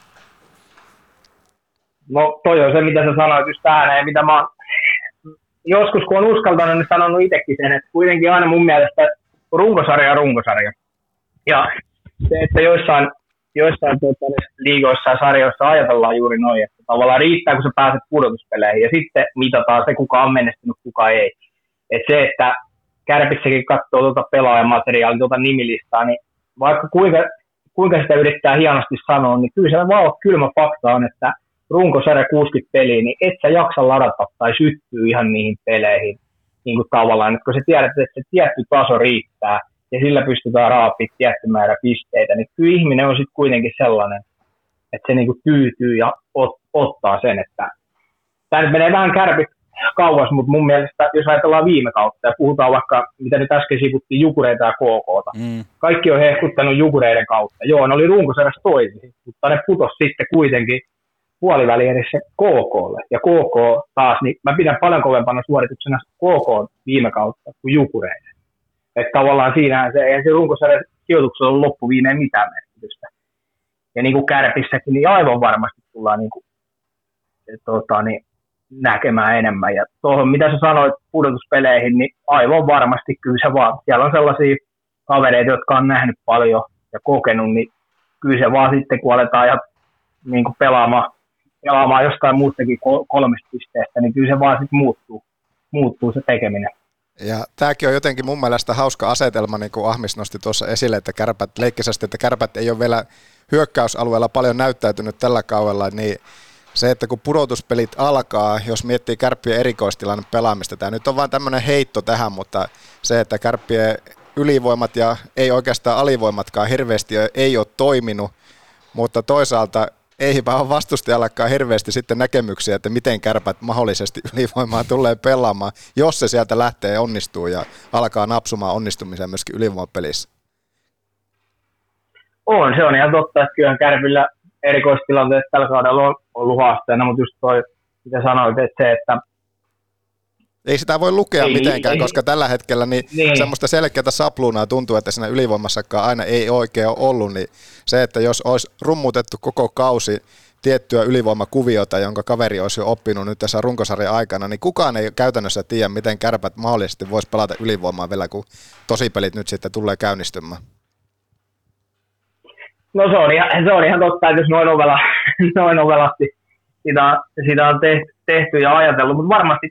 No toi on se, mitä sä sanoit just ääneen, mitä mä oon joskus, kun on uskaltanut, niin sanonut itsekin sen, että kuitenkin aina mun mielestä runkosarja on runkosarja. Ja se, että joissain liigoissa ja sarjoissa ajatellaan juuri noin, että tavallaan riittää, kun sä pääset pudotuspeleihin ja sitten mitataan se, kuka on menestynyt, kuka ei. Että se, että Kärpissäkin katsoo tuota pelaajamateriaalia, tuota nimilistaa, niin vaikka kuinka sitä yrittää hienosti sanoa, niin kyllä se vaan kylmä fakta on, että runkosarja 60 peliä, niin et sä jaksa ladata tai syttyy ihan niihin peleihin niin kuin tavallaan, että kun sä tiedät, että se tietty taso riittää ja sillä pystytään raapimaan tietty määrä pisteitä, niin kyllä ihminen on sitten kuitenkin sellainen, että se niin kuin tyytyy ja ottaa sen, että tämä nyt menee vähän Kärpit kauas, mutta mun mielestä, jos ajatellaan viime kautta ja puhutaan vaikka, mitä nyt äsken sivuttiin, Jukureita ja KK:ta. Kaikki on hehkuttanut Jukureiden kautta. Joo, ne oli runkosarjassa toisin, mutta ne putos sitten kuitenkin puolivälierissä KK:lle. Ja KK taas, niin mä pidän paljon kovempana suorituksena KK viime kautta kuin Jukureiden. Että tavallaan siinähän eihän se runkosarjan sijoituksella ole loppuviimeen mitään merkitystä. Ja niin kuin Kärpissäkin, niin aivan varmasti tullaan niin kuin, näkemään enemmän. Ja tuohon, mitä sä sanoit pudotuspeleihin, niin aivan varmasti kyllä se vaan. Siellä on sellaisia kavereita, jotka on nähnyt paljon ja kokenut, niin kyllä se vaan sitten, kun aletaan niin kuin pelaamaan jostain muustakin 3 pisteestä, niin kyllä se vaan sitten muuttuu se tekeminen. Ja tämäkin on jotenkin mun mielestä hauska asetelma, niin kuin Ahmis nosti tuossa esille, että Kärpät ei ole vielä hyökkäysalueella paljon näyttäytynyt tällä kaudella, niin se, että kun pudotuspelit alkaa, jos miettii Kärppien erikoistilanne pelaamista, tämä nyt on vain tämmöinen heitto tähän, mutta se, että Kärppien ylivoimat ja ei oikeastaan alivoimatkaan hirveästi ei ole toiminut, mutta toisaalta eipä ole vastustajallakaan hirveästi sitten näkemyksiä, että miten Kärpät mahdollisesti ylivoimaa tulee pelaamaan, jos se sieltä lähtee onnistuu ja alkaa napsumaan onnistumisia myöskin ylivoimapelissä. Se on ihan totta, että kyllähän Kärpillä erikoistilanteessa tällä kaudella on ollut haasteena, mutta just toi, mitä sanoit, että se, että ei sitä voi lukea mitenkään, koska tällä hetkellä niin semmoista selkeää sapluunaa tuntuu, että siinä ylivoimassakaan aina ei oikein ole ollut, niin se, että jos olisi rummutettu koko kausi tiettyä ylivoimakuviota, jonka kaveri olisi jo oppinut nyt tässä runkosarjan aikana, niin kukaan ei käytännössä tiedä, miten Kärpät mahdollisesti voisi pelata ylivoimaa vielä, kun tosipelit nyt sitten tulee käynnistymään. No se on ihan totta, että jos noin ovelasti sitä on tehty ja ajatellut, mutta varmasti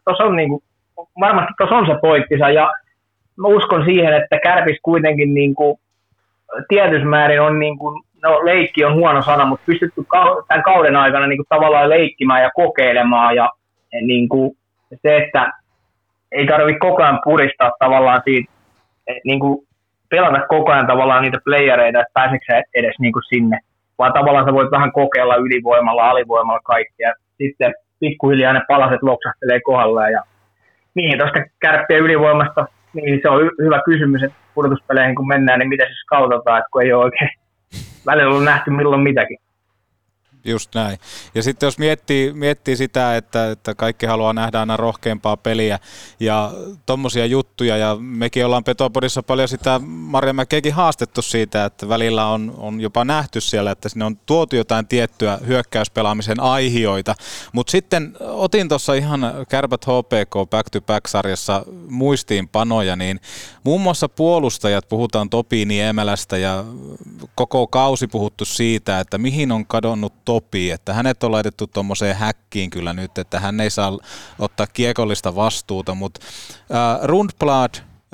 tuossa on se pointtinsa, ja mä uskon siihen, että Kärpis kuitenkin niinku, tietyssä määrin on, niinku, leikki on huono sana, mutta pystytty tämän kauden aikana niinku, tavallaan leikkimään ja kokeilemaan, ja niinku, se, että ei tarvitse koko ajan puristaa tavallaan siitä, niinku, pelata koko ajan tavallaan niitä playereita, että pääseekö edes niinku, sinne, vaan tavallaan sä voit vähän kokeilla ylivoimalla, alivoimalla kaikkea, sitten pikkuhiljaa ne palaset loksahtelee kohdalleen, ja niin, tuosta Kärppien ylivoimasta, niin se on hyvä kysymys, että pudotuspeleihin kun mennään, niin miten se skautetaan, että kun ei ole oikein välillä ollut nähty milloin mitäkin. Just näin. Ja sitten jos miettii sitä, että kaikki haluaa nähdä aina rohkeampaa peliä ja tommosia juttuja, ja mekin ollaan Petopodissa paljon sitä Marjamäkeäkin haastettu siitä, että välillä on jopa nähty siellä, että sinne on tuotu jotain tiettyä hyökkäyspelaamisen aihioita, mutta sitten otin tuossa ihan Kärpät HPK back-to-back-sarjassa muistiinpanoja, niin muun muassa puolustajat, puhutaan Topi Niemelästä ja koko kausi puhuttu siitä, että mihin on kadonnut Topi, että hänet on laitettu tuommoiseen häkkiin kyllä nyt, että hän ei saa ottaa kiekollista vastuuta, mutta Rundblad,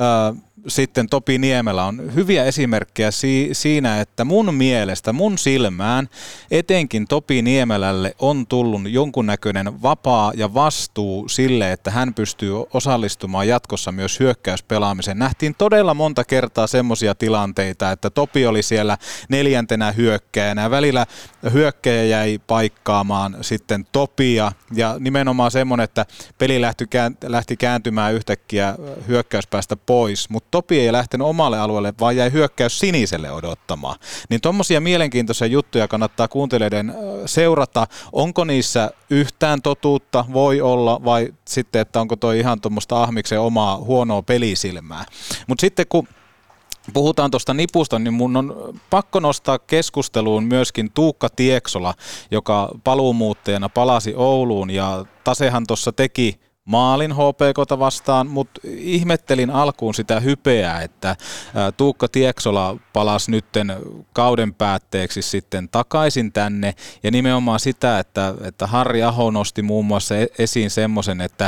sitten Topi Niemelä on hyviä esimerkkejä siinä, että mun mielestä, mun silmään, etenkin Topi Niemelälle on tullut jonkunnäköinen vapaa ja vastuu sille, että hän pystyy osallistumaan jatkossa myös hyökkäyspelaamiseen. Nähtiin todella monta kertaa semmoisia tilanteita, että Topi oli siellä 4. hyökkäjänä ja välillä hyökkäjä jäi paikkaamaan sitten Topia ja nimenomaan semmoinen, että peli lähti kääntymään yhtäkkiä hyökkäyspäästä pois, mutta Topi ei lähtenyt omalle alueelle, vaan jäi hyökkäys siniselle odottamaan. Niin tommosia mielenkiintoisia juttuja kannattaa kuuntelijoiden seurata. Onko niissä yhtään totuutta, voi olla, vai sitten, että onko toi ihan tuommoista Ahmiksen omaa huonoa pelisilmää. Mutta sitten kun puhutaan tuosta nipusta, niin mun on pakko nostaa keskusteluun myöskin Tuukka Tieksola, joka paluumuuttajana palasi Ouluun, ja Tasehan tuossa teki maalin HPK:ta vastaan, mutta ihmettelin alkuun sitä hypeää, että Tuukka Tieksola palasi nytten kauden päätteeksi sitten takaisin tänne, ja nimenomaan sitä, että Harri Aho nosti muun muassa esiin semmoisen, että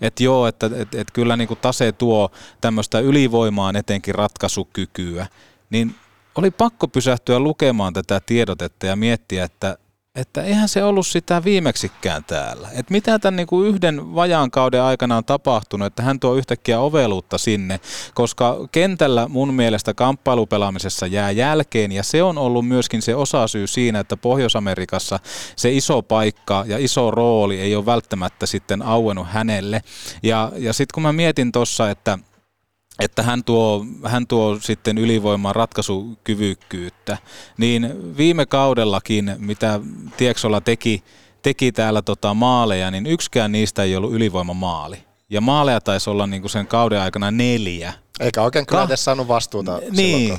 kyllä niin kuin Tase tuo tämmöistä ylivoimaan etenkin ratkaisukykyä, niin oli pakko pysähtyä lukemaan tätä tiedotetta ja miettiä, että eihän se ollut sitä viimeksikään täällä. Että mitä tämän niin kuin yhden vajaan kauden aikana on tapahtunut, että hän tuo yhtäkkiä oveluutta sinne, koska kentällä mun mielestä kamppailupelaamisessa jää jälkeen, ja se on ollut myöskin se osasyy siinä, että Pohjois-Amerikassa se iso paikka ja iso rooli ei ole välttämättä sitten auennut hänelle. Ja sitten kun mä mietin tuossa, että hän tuo sitten ylivoimaan ratkaisukyvykkyyttä, niin viime kaudellakin, mitä Tieksola teki täällä maaleja, niin yksikään niistä ei ollut ylivoimamaali. Ja maaleja taisi olla niin kuin sen kauden aikana 4. Eikä oikein kyllä edes saanut vastuuta. Niin,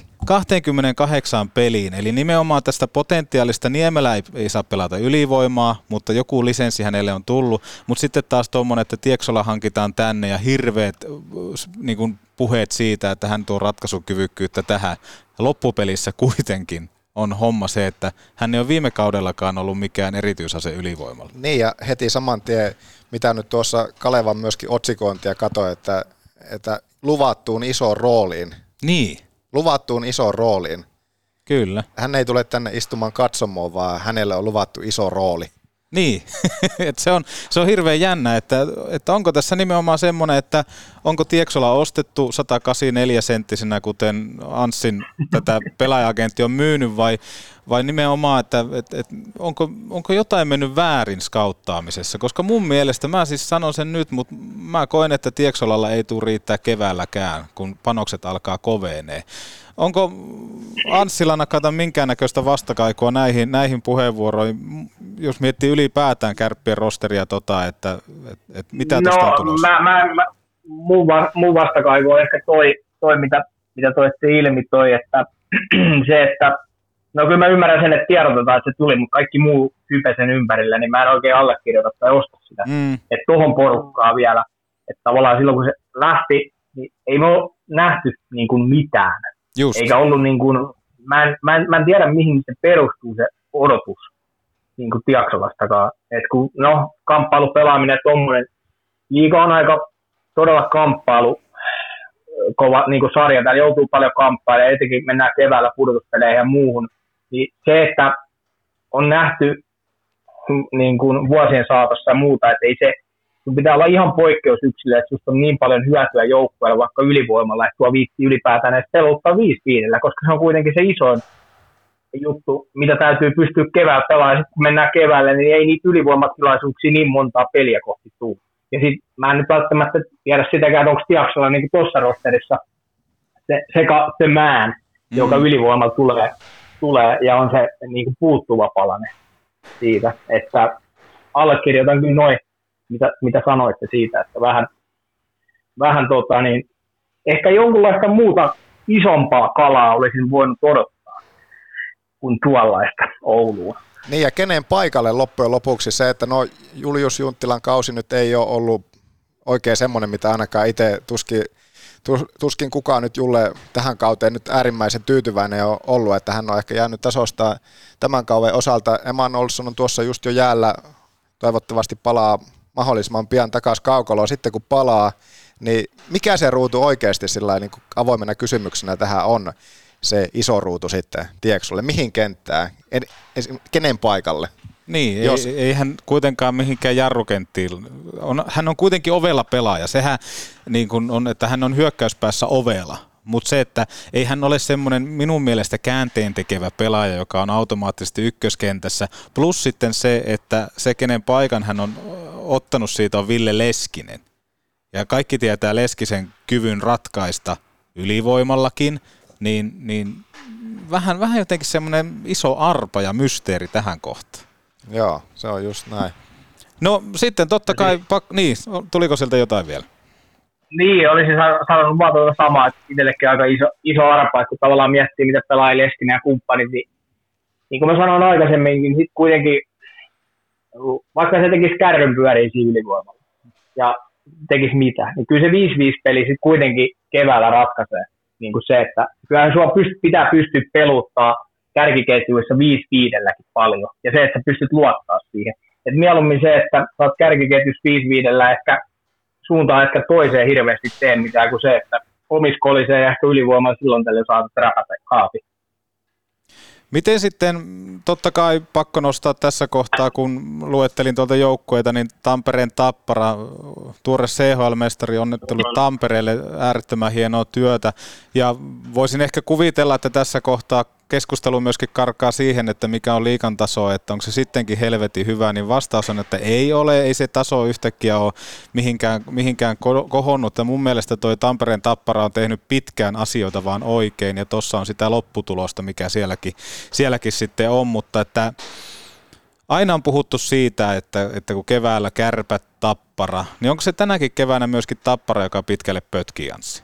28 peliin. Eli nimenomaan tästä potentiaalista Niemelä ei saa pelata ylivoimaa, mutta joku lisenssi hänelle on tullut. Mutta sitten taas tuommoinen, että Tieksola hankitaan tänne ja hirveät niin kuin puheet siitä, että hän tuo ratkaisukyvykkyyttä tähän. Loppupelissä kuitenkin on homma se, että hän ei ole viime kaudellakaan ollut mikään erityisase ylivoimalla. Niin, ja heti saman tien, mitä nyt tuossa Kalevan myöskin otsikointia katsoi, että luvattuun isoon rooliin. Niin. Luvattuun isoon rooliin. Kyllä. Hän ei tule tänne istumaan katsomoon, vaan hänelle on luvattu iso rooli. Niin, että se on hirveän jännä, että onko tässä nimenomaan semmoinen, että onko Tieksola ostettu 184 senttisenä, kuten Anssin tätä pelaaja-agentti on myynyt, vai vai nimenomaan, että onko jotain mennyt väärin skauttaamisessa? Koska mun mielestä, mä siis sanon sen nyt, mutta mä koen, että Tieksolalla ei tule riittää keväälläkään, kun panokset alkaa kovenee. Onko Anssilana kata minkäännäköistä vastakaikua näihin puheenvuoroihin, jos miettii ylipäätään Kärppien rosteria, että mitä tästä on tulossa? Mun vastakaiku on ehkä toi mitä toitte ilmi, että se, että no kyllä mä ymmärrän sen, että tiedotetaan, että se tuli, mutta kaikki muu hype sen ympärillä, niin mä en oikein allekirjoita tai osta sitä. Että tohon porukkaa vielä, että tavallaan silloin kun se lähti, niin ei me ole nähty niin kuin mitään. Just. Eikä ollut niin kuin, mä en tiedä mihin se perustuu se odotus niin kuin Tiaksolastakaan. Että kun kamppailupelaaminen tommoinen, liiga on aika todella kamppailu kova niin kuin sarja, täällä joutuu paljon kamppailemaan, etenkin mennään keväällä pudotuspeleihin ja muuhun, niin se, että on nähty niin kuin vuosien saatossa ja muuta, että ei se, sun pitää olla ihan poikkeusyksilö, että susta on niin paljon hyötyä joukkueella vaikka ylivoimalla, että tuo viitti ylipäätään edes peluttaa 5-5, koska se on kuitenkin se isoin juttu, mitä täytyy pystyä keväällä pelaamaan, ja sitten kun mennään keväälle, niin ei niitä ylivoimatilaisuuksia niin montaa peliä kohti tule. Ja sitten mä en nyt välttämättä tiedä sitäkään, että onko Tiaksolla niin tuossa rosterissa se man, joka ylivoimalla tulee ja on se niin kuin puuttuva palanen siitä. Että allekirjoitan kyllä noin, mitä sanoitte siitä, että vähän ehkä jonkunlaista muuta isompaa kalaa olisin voinut odottaa kuin tuollaista Ouluun. Niin ja kenen paikalle loppujen lopuksi se, että Julius Junttilan kausi nyt ei ole ollut oikein semmoinen, mitä ainakaan itse tuskin kukaan nyt Julle tähän kauteen nyt äärimmäisen tyytyväinen on ollut, että hän on ehkä jäänyt tasosta tämän kauden osalta. Eman Olsson on tuossa just jo jäällä, toivottavasti palaa mahdollisimman pian takaisin kaukaloon. Sitten kun palaa, niin mikä se ruutu oikeasti sillä niin kuin avoimena kysymyksenä tähän on? Se iso ruutu sitten Tieksolle. Mihin kenttään? Kenen paikalle? Niin, ei hän kuitenkaan mihinkään jarrukenttiin. Hän on kuitenkin ovella pelaaja. Sehän niin kuin on, että hän on hyökkäyspäässä ovella. Mutta se, että ei hän ole semmoinen minun mielestä käänteen tekevä pelaaja, joka on automaattisesti ykköskentässä. Plus sitten se, että se kenen paikan hän on ottanut siitä on Ville Leskinen. Ja kaikki tietää Leskisen kyvyn ratkaista ylivoimallakin. Niin vähän jotenkin semmoinen iso arpa ja mysteeri tähän kohtaan. Joo, se on just näin. No sitten totta kai, tuliko sieltä jotain vielä? Niin, olisin sanonut vaan tuota samaa, että itsellekin aika iso arpa, että kun tavallaan miettii, mitä pelaa Leskinen ja kumppanit, niin kuin mä sanoin aikaisemmin, niin sitten kuitenkin, vaikka se tekisi kärryn pyöriä siinä ylivoimalla ja tekisi mitä, niin kyllä se 5-5 peli sitten kuitenkin keväällä ratkaisee. Niin kuin se, että kyllähän sua pitää pystyä peluttaa kärkiketjuissa 5-5 paljon. Ja se, että sä pystyt luottaa siihen. Et mieluummin se, että sä oot kärkiketjussa 5-5 ehkä suuntaan ehkä toiseen hirveästi tee mitään kuin se, että omiskoliseen ja ehkä ylivoimalla silloin tällä saatat räpätä kaapi. Miten sitten, totta kai pakko nostaa tässä kohtaa, kun luettelin tuolta joukkueita, niin Tampereen Tappara, tuore CHL-mestari, onnittelut Tampereelle, äärettömän hienoa työtä. Ja voisin ehkä kuvitella, että tässä kohtaa keskustelu myöskin karkaa siihen, että mikä on liigan taso, että onko se sittenkin helvetin hyvä, niin vastaus on, että ei ole, ei se taso yhtäkkiä ole mihinkään kohonnut. Ja mun mielestä toi Tampereen Tappara on tehnyt pitkään asioita vaan oikein, ja tuossa on sitä lopputulosta, mikä sielläkin sitten on, mutta että aina on puhuttu siitä, että kun keväällä Kärpät, Tappara, niin onko se tänäkin keväänä myöskin Tappara, joka pitkälle pötkii, Anssi?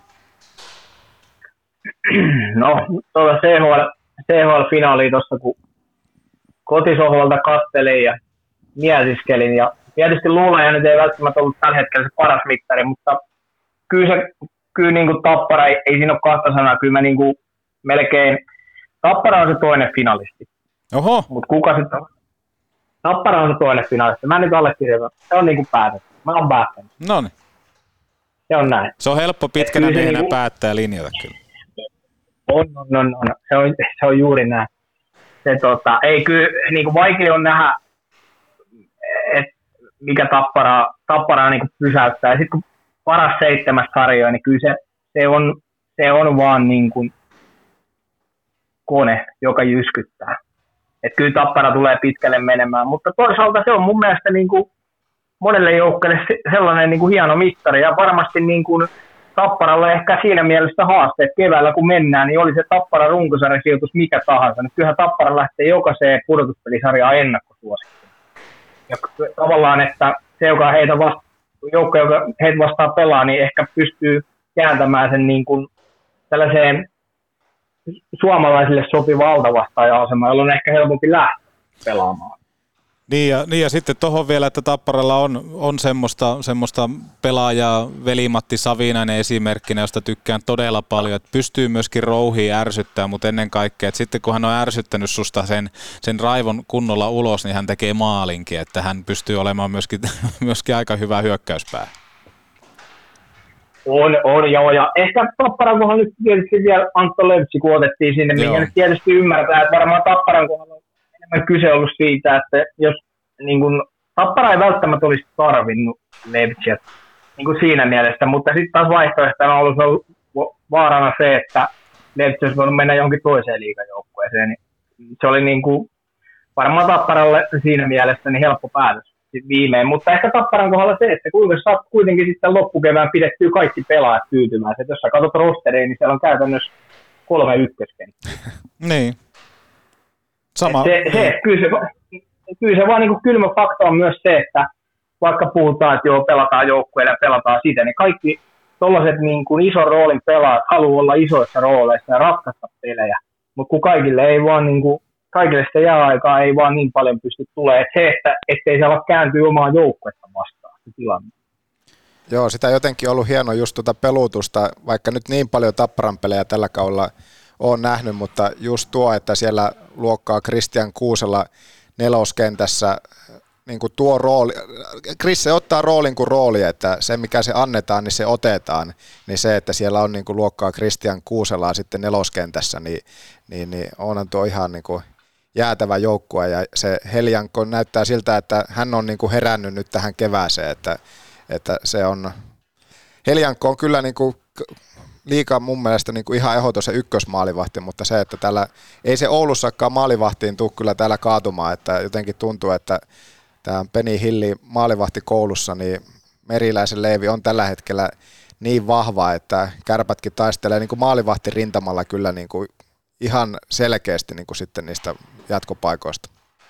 No, tuolla CHL-finaaliin tuossa, kun kotisohvalta kattelin ja mietiskelin, ja tietysti luulen, ja nyt ei välttämättä ollut tällä hetkellä se paras mittari, mutta kyllä niin kuin Tappara, ei siinä ole kahta sanaa, kyllä mä niin kuin melkein, Tappara on se toinen finalisti. Oho. Mutta kuka sitten on? Tappara on se toinen finalisti, mä nyt allekirjoitan, se on niin kuin päätetty, mä oon päättänyt. Noniin. Se on näin. Se on helppo pitkänä miehenä niin päättää ja linjata kyllä. On. Se on juuri näin. Ei kyllä, niin kuin vaikea on nähdä, että mikä Tapparaa niin kuin pysäyttää. Ja sitten kun paras 7 sarjoja, niin kyllä se on vaan niin kuin kone, joka jyskyttää. Että kyllä Tappara tulee pitkälle menemään, mutta toisaalta se on mun mielestä niin kuin monelle joukkueelle sellainen niin kuin hieno mittari, ja varmasti niin kuin Tapparalla ehkä siinä mielessä haaste, että keväällä kun mennään, niin oli se Tappara runkosarjasijoitus mikä tahansa, niin kyllähän Tappara lähtee jokaiseen pudotuspelisarjaan ennakkosuosikkiin. Ja tavallaan, että se, joka joukko, joka heitä vastaan pelaa, niin ehkä pystyy kääntämään sen niin kuin tällaiseen suomalaisille sopiva altavastaaja-asema, jolloin on ehkä helpompi lähteä pelaamaan. Niin ja sitten tuohon vielä, että Tapparalla on semmoista pelaajaa, Veli-Matti Savinainen esimerkkinä, josta tykkään todella paljon, että pystyy myöskin rouhiin ärsyttämään, mutta ennen kaikkea, että sitten kun hän on ärsyttänyt susta sen raivon kunnolla ulos, niin hän tekee maalinkin, että hän pystyy olemaan myöskin aika hyvä hyökkäyspää. On joo, ja ehkä Tapparan kohdalla nyt tietysti vielä Antto Löpsi, kun otettiin sinne, minkä nyt tietysti ymmärtää, että varmaan Tapparan kohdalla on enemmän kyse ollut siitä, että jos niin kun, Tappara ei välttämättä olisi tarvinnut Löpsiä niin kuin siinä mielessä, mutta sitten taas vaihtoehtona on ollut vaarana se, että Löpsi olisi voinut mennä johonkin toiseen liigajoukkueeseen, niin se oli niin kuin, varmaan Tapparalle siinä mielessä niin helppo päätös viimein, mutta ehkä Tapparan kohdalla se, että kuinka saat kuitenkin sitten loppukevään pidettyä kaikki pelaajat tyytymään. Että jos sä katsot rosteriin, niin siellä on käytännössä 3 ykköskenttää. Niin. Sama. Kyllä se vaan niin kuin kylmä fakta on myös se, että vaikka puhutaan, että joo, pelataan joukkueella ja pelataan sitä, niin kaikki tollaiset niin kuin ison roolin pelaajat haluaa olla isoissa rooleissa ja ratkaista pelejä, mutta kun kaikille ei vaan niin kuin kaikille sitä jääaikaa ei vaan niin paljon pysty tulemaan. Että se, ettei se ala kääntyä omaa joukkuetta vastaan se tilanne. Joo, sitä jotenkin ollut hieno just tuota pelutusta, vaikka nyt niin paljon Tapparan pelejä tällä kaudella on nähnyt, mutta just tuo, että siellä luokkaa Kristian Kuusela neloskentässä niin kuin tuo rooli, Chris se ottaa roolin kuin rooli, että se mikä se annetaan, niin se otetaan, niin se, että siellä on niin kuin luokkaa Kristian Kuuselaa sitten neloskentässä, niin onhan tuo ihan niin kuin jäätävä joukkue, ja se Heliankko näyttää siltä, että hän on niin kuin herännyt nyt tähän kevääseen, että se on, Heliankko on kyllä niin kuin liikaa mun mielestä niin kuin ihan ehdoton se ykkösmaalivahti, mutta se, että täällä ei se Oulussakaan maalivahtiin tule kyllä täällä kaatumaan, että jotenkin tuntuu, että tämä Penny Hilli maalivahtikoulussa, niin Meriläisen Leivi on tällä hetkellä niin vahva, että Kärpätkin taistelee niin kuin maalivahtirintamalla kyllä niin kuin ihan selkeästi niin kuin sitten niistä jatkopaikoista.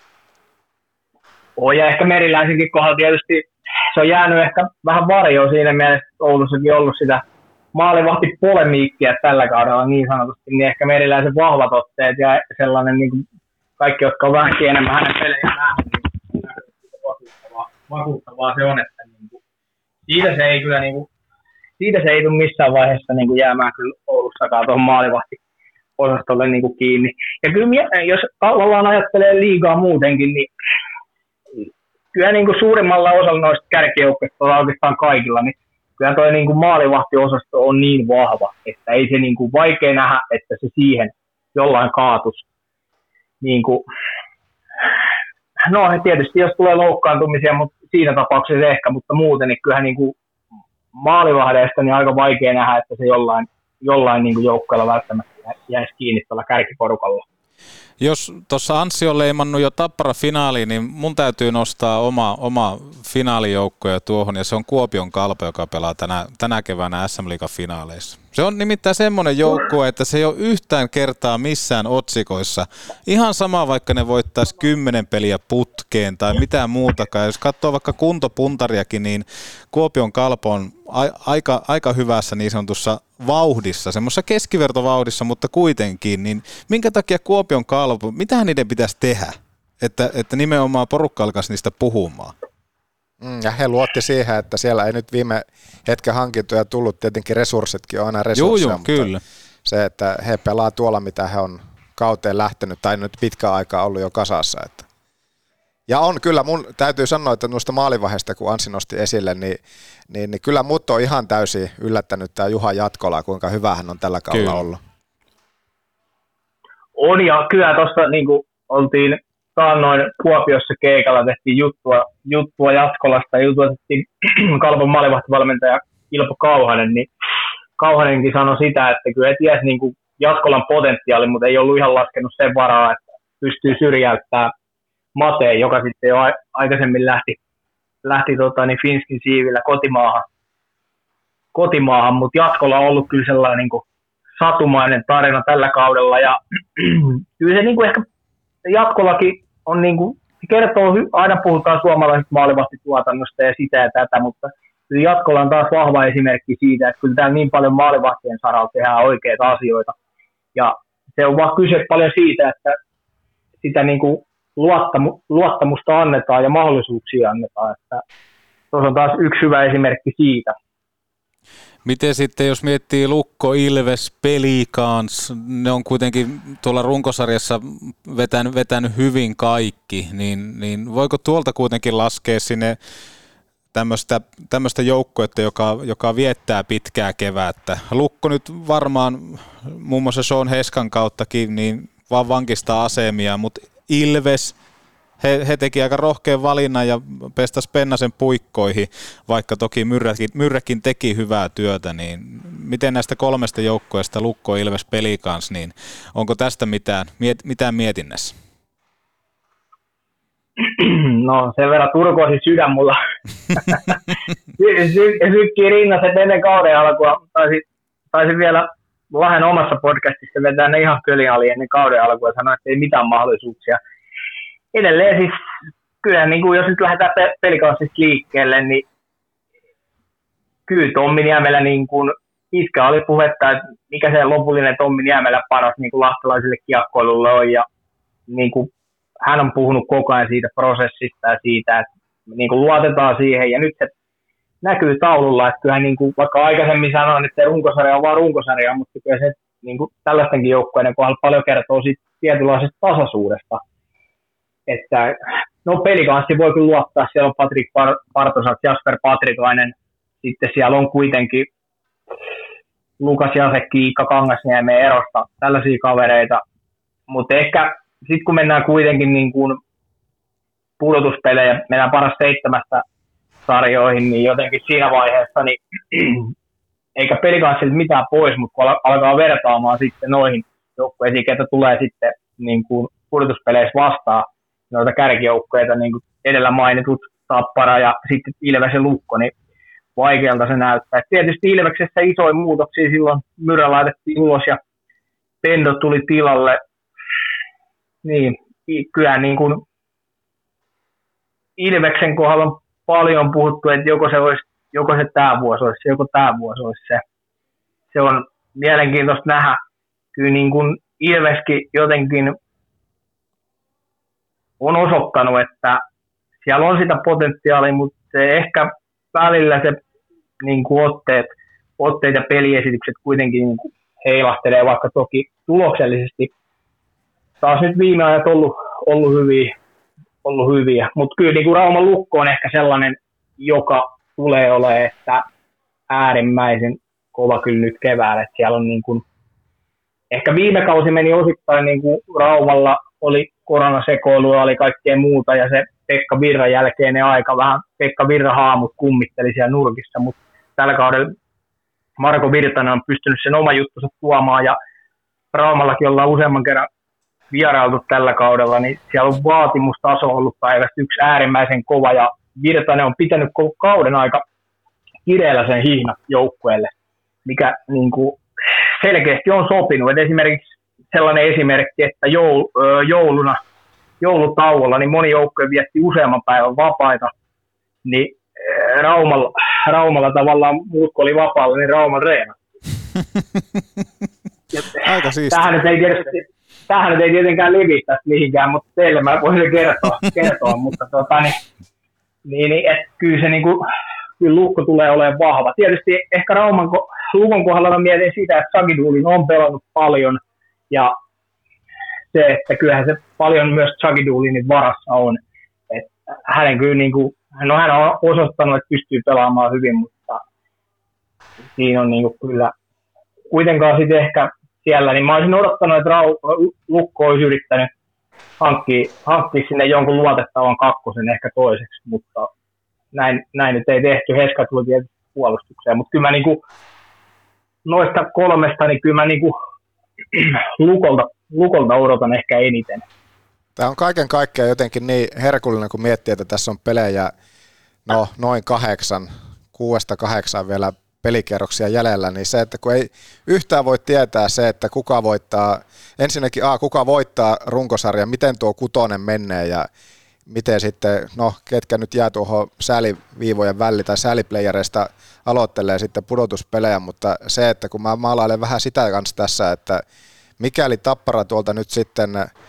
Ja ehkä Meriläisenkin kohdalla tietysti se on jäänyt ehkä vähän varjoon siinä mielessä, että Oulussakin ollut sitä maalivahtipolemiikkia tällä kaudella niin sanotusti, niin ehkä Meriläisen vahvat otteet ja sellainen niin kuin kaikki, jotka on vähänkin enemmän hänen pelejä nähnyt, niin vakuuttavaa se on, että niin kuin, siitä se ei tule missään vaiheessa niin kuin jäämään kyllä Oulussakaan tuohon maalivahtiosastolle niin kuin kiinni. Ja kyllä jos tavallaan ajattelee liigaa muutenkin, niin kyllä niin kuin suurimmalla osalla noista kärkijoukkoista oikeastaan kaikilla, niin kyllä tuo niin kuin maalivahtiosasto on niin vahva, että ei se niin kuin vaikea nähdä, että se siihen jollain kaatus. Niin kuin, no tietysti jos tulee loukkaantumisia, mutta siinä tapauksessa ehkä, mutta muuten niin kyllähän niin kuin maalivahdeista niin aika vaikea nähdä, että se jollain niin kuin joukkueella välttämättä jäisi kiinni tuolla kärkiporukalla. Jos tuossa Anssi on leimannut jo Tappara finaaliin, niin mun täytyy nostaa oma finaalijoukkoja tuohon, ja se on Kuopion Kalpa, joka pelaa tänä keväänä SM-liigan finaaleissa. Se on nimittäin semmoinen joukkue, että se ei ole yhtään kertaa missään otsikoissa. Ihan sama, vaikka ne voittaisi 10 peliä putkeen tai mitään muutakaan. Jos katsoo vaikka kuntopuntariakin, niin Kuopion Kalpa on aika hyvässä niin sanotussa vauhdissa, semmoisessa keskivertovauhdissa, mutta kuitenkin. Niin minkä takia Kuopion Kalpa, mitähän niiden pitäisi tehdä, että nimenomaan porukka alkaisi niistä puhumaan? Ja he luotti siihen, että siellä ei nyt viime hetken hankintoja tullut, tietenkin resurssitkin on aina resursseja, mutta kyllä. Se, että he pelaa tuolla, mitä he on kauteen lähtenyt, tai nyt pitkään aikaa ollut jo kasassa. Että. Ja on kyllä, mun täytyy sanoa, että noista maalivaiheista, kun Anssi nosti esille, niin kyllä mut on ihan täysin yllättänyt tämä Juha Jatkola, kuinka hyvä hän on tällä kaudella ollut. On, ja kyllä tuossa niin kuin oltiin taannoin Kuopiossa keikalla, tehtiin juttua Jatkolasta ja jututettiin Kalpan maalivahtivalmentaja Ilpo Kauhanen, niin Kauhanenkin sanoi sitä, että kyllä ei tiesi niin kuin Jatkolan potentiaali, mutta ei ollut ihan laskenut sen varaa, että pystyy syrjäyttämään Mateen, joka sitten jo aikaisemmin lähti Finskin siivillä kotimaahan, mutta jatkolla on ollut kyllä sellainen niin kuin satumainen tarina tällä kaudella, ja kyllä se niin kuin ehkä jatkollakin on, niin kuin, se kertoo, aina puhutaan suomalaisesta maalivahtituotannosta ja sitä ja tätä, mutta kyllä jatkolla on taas vahva esimerkki siitä, että kyllä täällä niin paljon maalivahtien saralla tehdään oikeita asioita, ja se on vaan kyse paljon siitä, että sitä niin kuin luottamusta annetaan ja mahdollisuuksia annetaan, että tuossa on taas yksi hyvä esimerkki siitä. Miten sitten, jos miettii Lukko, Ilves, Pelicans, ne on kuitenkin tuolla runkosarjassa vetänyt hyvin kaikki, niin voiko tuolta kuitenkin laskea sinne tämmöistä joukkuetta, joka viettää pitkää kevättä? Lukko nyt varmaan muun muassa Sean Heskan kauttakin niin vaan vankistaa asemia, mutta Ilves, he teki aika rohkean valinnan ja pestas Pennasen puikkoihin, vaikka toki Myrräkin teki hyvää työtä, niin miten näistä kolmesta joukkueesta, Lukko, Ilves, Pelicans, niin onko tästä mitään mietinnässä? No sen verran turkoisin sydän mulla. Sykkii rinnaset ennen kauden alkua. Taisin vielä Lahden omassa podcastissa vetää ne ihan köliali ennen kauden alkua ja sanoa, että ei mitään mahdollisuuksia. Edelleen siis, kyllä niin kuin jos nyt lähdetään Pelicansista liikkeelle, niin kyllä Tommi Niemelä, niin kuin iskä oli puhetta, että mikä se lopullinen Tommi Niemelä panos niin kuin lahtelaiselle kiekkoilulle on, ja niin kuin hän on puhunut koko ajan siitä prosessista ja siitä, että niin kuin luotetaan siihen, ja nyt se näkyy taululla, että kyllähän niin kuin, vaikka aikaisemmin sanoin, että se runkosarja on vaan runkosarja, mutta kyllä se niin kuin tällaistenkin joukkueiden kohdalla paljon kertoo siitä tietynlaisesta tasaisuudesta. Että no Pelikanssi voi kyllä luottaa, siellä on Patrik Partosak, Jasper Patrikainen, sitten siellä on kuitenkin Lukas Jasekki, Iikka Kangasniemen erosta, tällaisia kavereita, mutta ehkä sitten kun mennään kuitenkin niin kuin pudotuspelejä, mennään paras 7 sarjoihin, niin jotenkin siinä vaiheessa, niin eikä Pelikanssilta mitään pois, mutta kun alkaa vertaamaan sitten noihin joukkueisiin, ketä tulee sitten niin kuin pudotuspeleissä vastaan, noita kärkijoukkoja, niin kuin edellä mainitut Tappara ja sitten Ilves ja Lukko, niin vaikealta se näyttää. Et tietysti Ilveksessä isoja muutoksia, silloin Myrrä laitettiin ulos ja Pendo tuli tilalle. Niin, kyllä niin kuin Ilveksen kohdalla on paljon puhuttu, että joko se tämä vuosi olisi se. Se on mielenkiintoista nähdä. Kyllä niin kuin Ilveskin jotenkin on osoittanut, että siellä on sitä potentiaalia, mutta ehkä välillä se niin kuin otteet ja peliesitykset kuitenkin niin kuin heilahtelee, vaikka toki tuloksellisesti taas nyt viime ajat ollut hyviä. Mutta kyllä niin kuin Rauman Lukko on ehkä sellainen, joka tulee olemaan, että äärimmäisen kova kyllä nyt keväällä. Että siellä on niin kuin, ehkä viime kausi meni osittain niin kuin Raumalla, oli koronasekoilua, oli kaikkea muuta, ja se Pekka Virran jälkeinen aika vähän Pekka Virran haamut kummitteli siellä nurkissa, mutta tällä kaudella Marko Virtanen on pystynyt sen oma juttunsa tuomaan, ja Raumallakin ollaan useamman kerran vierailtu tällä kaudella, niin siellä on vaatimustaso ollut päivästä yksi äärimmäisen kova, ja Virtanen on pitänyt koko kauden aika kireellä sen hihna joukkueelle, mikä niin kuin selkeästi on sopinut. Et esimerkiksi sellainen esimerkki, että joulutauolla niin moni joukkue vietti useamman päivän vapaita, niin Raumalla tavallaan muut kun oli vapaalla, niin Rauman reena. Aika siistiä. Tähän nyt ei tietenkään levitä mihinkään, mutta teille mä voisin kertoa mutta kyllä se niinku, kyllä Lukko tulee olemaan vahva. Tietysti ehkä Lukon kohdalla mä mietin sitä, että Sagidulin on pelannut paljon, ja se, että kyllähän se paljon myös Sagidulinin varassa on. Että hänen kyllä niinku, hän on osoittanut, että pystyy pelaamaan hyvin, mutta siinä on niinku kyllä kuitenkaan sitten ehkä siellä, niin mä olisin odottanut, että Lukko olisi yrittänyt hankkia sinne jonkun luotettavan kakkosen ehkä toiseksi, mutta näin nyt ei tehty. Heska tuli tietysti puolustukseen, mutta kyllä mä niinku, noista kolmesta, niin kyllä mä niinku Lukolta odotan ehkä eniten. Tämä on kaiken kaikkiaan jotenkin niin herkullinen, kun miettii, että tässä on pelejä noin 6-8 vielä pelikierroksia jäljellä, niin se, että kun ei yhtään voi tietää se, että kuka voittaa, ensinnäkin kuka voittaa runkosarjan, miten tuo 6 menee ja miten sitten, ketkä nyt jää tuohon sääliviivojen väliin tai sääliplayereista aloittelee sitten pudotuspelejä, mutta se, että kun mä maalailen vähän sitä kanssa tässä, että mikäli Tappara tuolta nyt sitten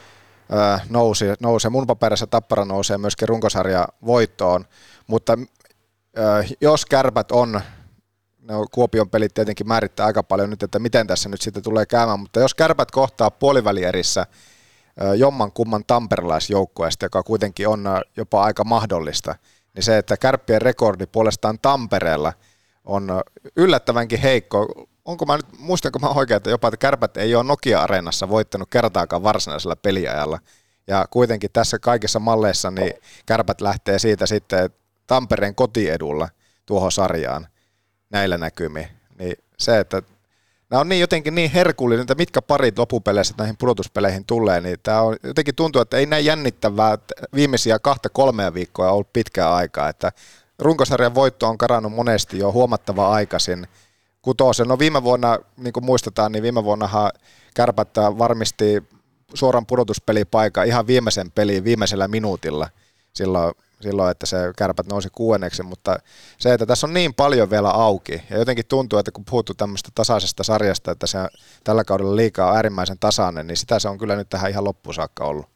nousee, mun paperissa Tappara nousee myöskin runkosarja voittoon, mutta jos Kärpät on, Kuopion pelit tietenkin määrittää aika paljon nyt, että miten tässä nyt sitten tulee käymään, mutta jos Kärpät kohtaa puolivälierissä jomman kumman tamperelaisjoukkueesta, joka kuitenkin on jopa aika mahdollista, niin se, että Kärppien rekordi puolestaan Tampereella on yllättävänkin heikko. Muistanko mä oikein, että jopa että Kärpät ei ole Nokia-areenassa voittanut kertaakaan varsinaisella peliajalla. Ja kuitenkin tässä kaikissa malleissa niin Kärpät lähtee siitä sitten Tampereen kotiedulla tuohon sarjaan näillä näkymin. Niin se, että nämä on niin jotenkin niin herkullinen, että mitkä parit loppupeleissä näihin pudotuspeleihin tulee, niin tämä on jotenkin tuntuu, että ei näin jännittävää viimeisiä 2-3 viikkoa ollut pitkään aikaa, että runkosarjan voitto on karannut monesti jo huomattava aikaisin. Kutosen. Viime vuonna, niin kuin muistetaan, niin viime vuonnahan Kärpät varmisti suoran pudotuspelipaikan ihan viimeisen peliin viimeisellä minuutilla silloin, että se Kärpät nousi 6, mutta se, että tässä on niin paljon vielä auki ja jotenkin tuntuu, että kun puhuttu tämmöistä tasaisesta sarjasta, että se tällä kaudella liiga on äärimmäisen tasainen, niin sitä se on kyllä nyt tähän ihan loppuun saakka ollut.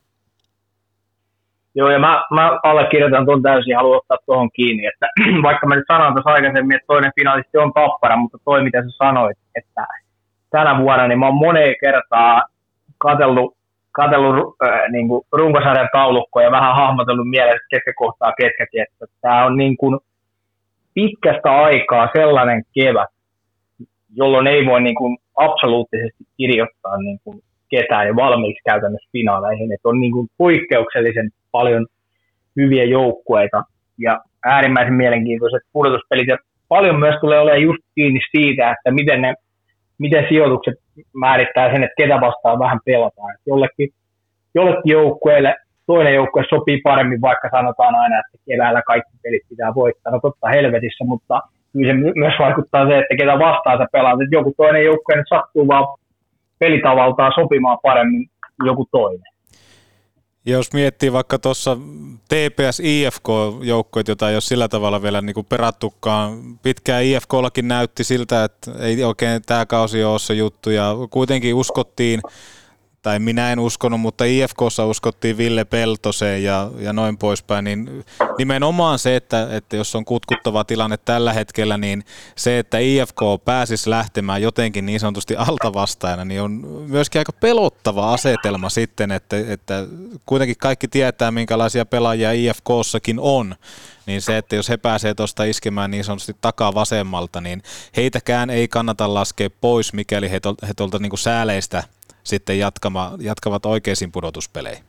Joo, ja mä allekirjoitan tuon täysin ja haluan ottaa tuohon kiinni, että vaikka mä nyt sanoin tuossa aikaisemmin, että toinen finalisti on Tappara, mutta toi mitä sä sanoit, että tänä vuonna niin mä oon moneen kertaa katsellut niin kuin runkosarjan taulukkoa ja vähän hahmotellut mielessä, ketkä kohtaa ketkäkin, että tää on niin kuin pitkästä aikaa sellainen kevät, jolloin ei voi niin kuin absoluuttisesti kirjoittaa niin kuin ketään jo valmiiksi käytännössä finaaleihin, että on niin kuin poikkeuksellisen paljon hyviä joukkueita ja äärimmäisen mielenkiintoiset pudotuspelit ja paljon myös tulee olemaan just kiinni siitä, että miten sijoitukset määrittää sen, että ketä vastaan vähän pelataan. Jollekin joukkueelle toinen joukkue sopii paremmin, vaikka sanotaan aina, että keväällä kaikki pelit pitää voittaa. No totta helvetissä, mutta kyllä se myös vaikuttaa se, että ketä vastaan sä pelaat. Että joku toinen joukkue nyt sattuu vaan pelitavaltaan sopimaan paremmin joku toinen. Ja jos miettii vaikka tuossa TPS-IFK-joukkoit, jota ei ole sillä tavalla vielä niin kuin perattukaan, pitkään IFK:llakin näytti siltä, että ei oikein tämä kausi ole se juttu, ja kuitenkin uskottiin, tai minä en uskonut, mutta IFK:ssa uskottiin Ville Peltoseen ja noin poispäin, niin nimenomaan se, että jos on kutkuttava tilanne tällä hetkellä, niin se, että IFK pääsisi lähtemään jotenkin niin sanotusti altavastaajana, niin on myöskin aika pelottava asetelma sitten, että kuitenkin kaikki tietää, minkälaisia pelaajia IFK:ssakin on, niin se, että jos he pääsee tuosta iskemään niin sanotusti takaa vasemmalta, niin heitäkään ei kannata laskea pois, mikäli he tuolta niin kuin sääleistä sitten jatkavat oikeisiin pudotuspeleihin.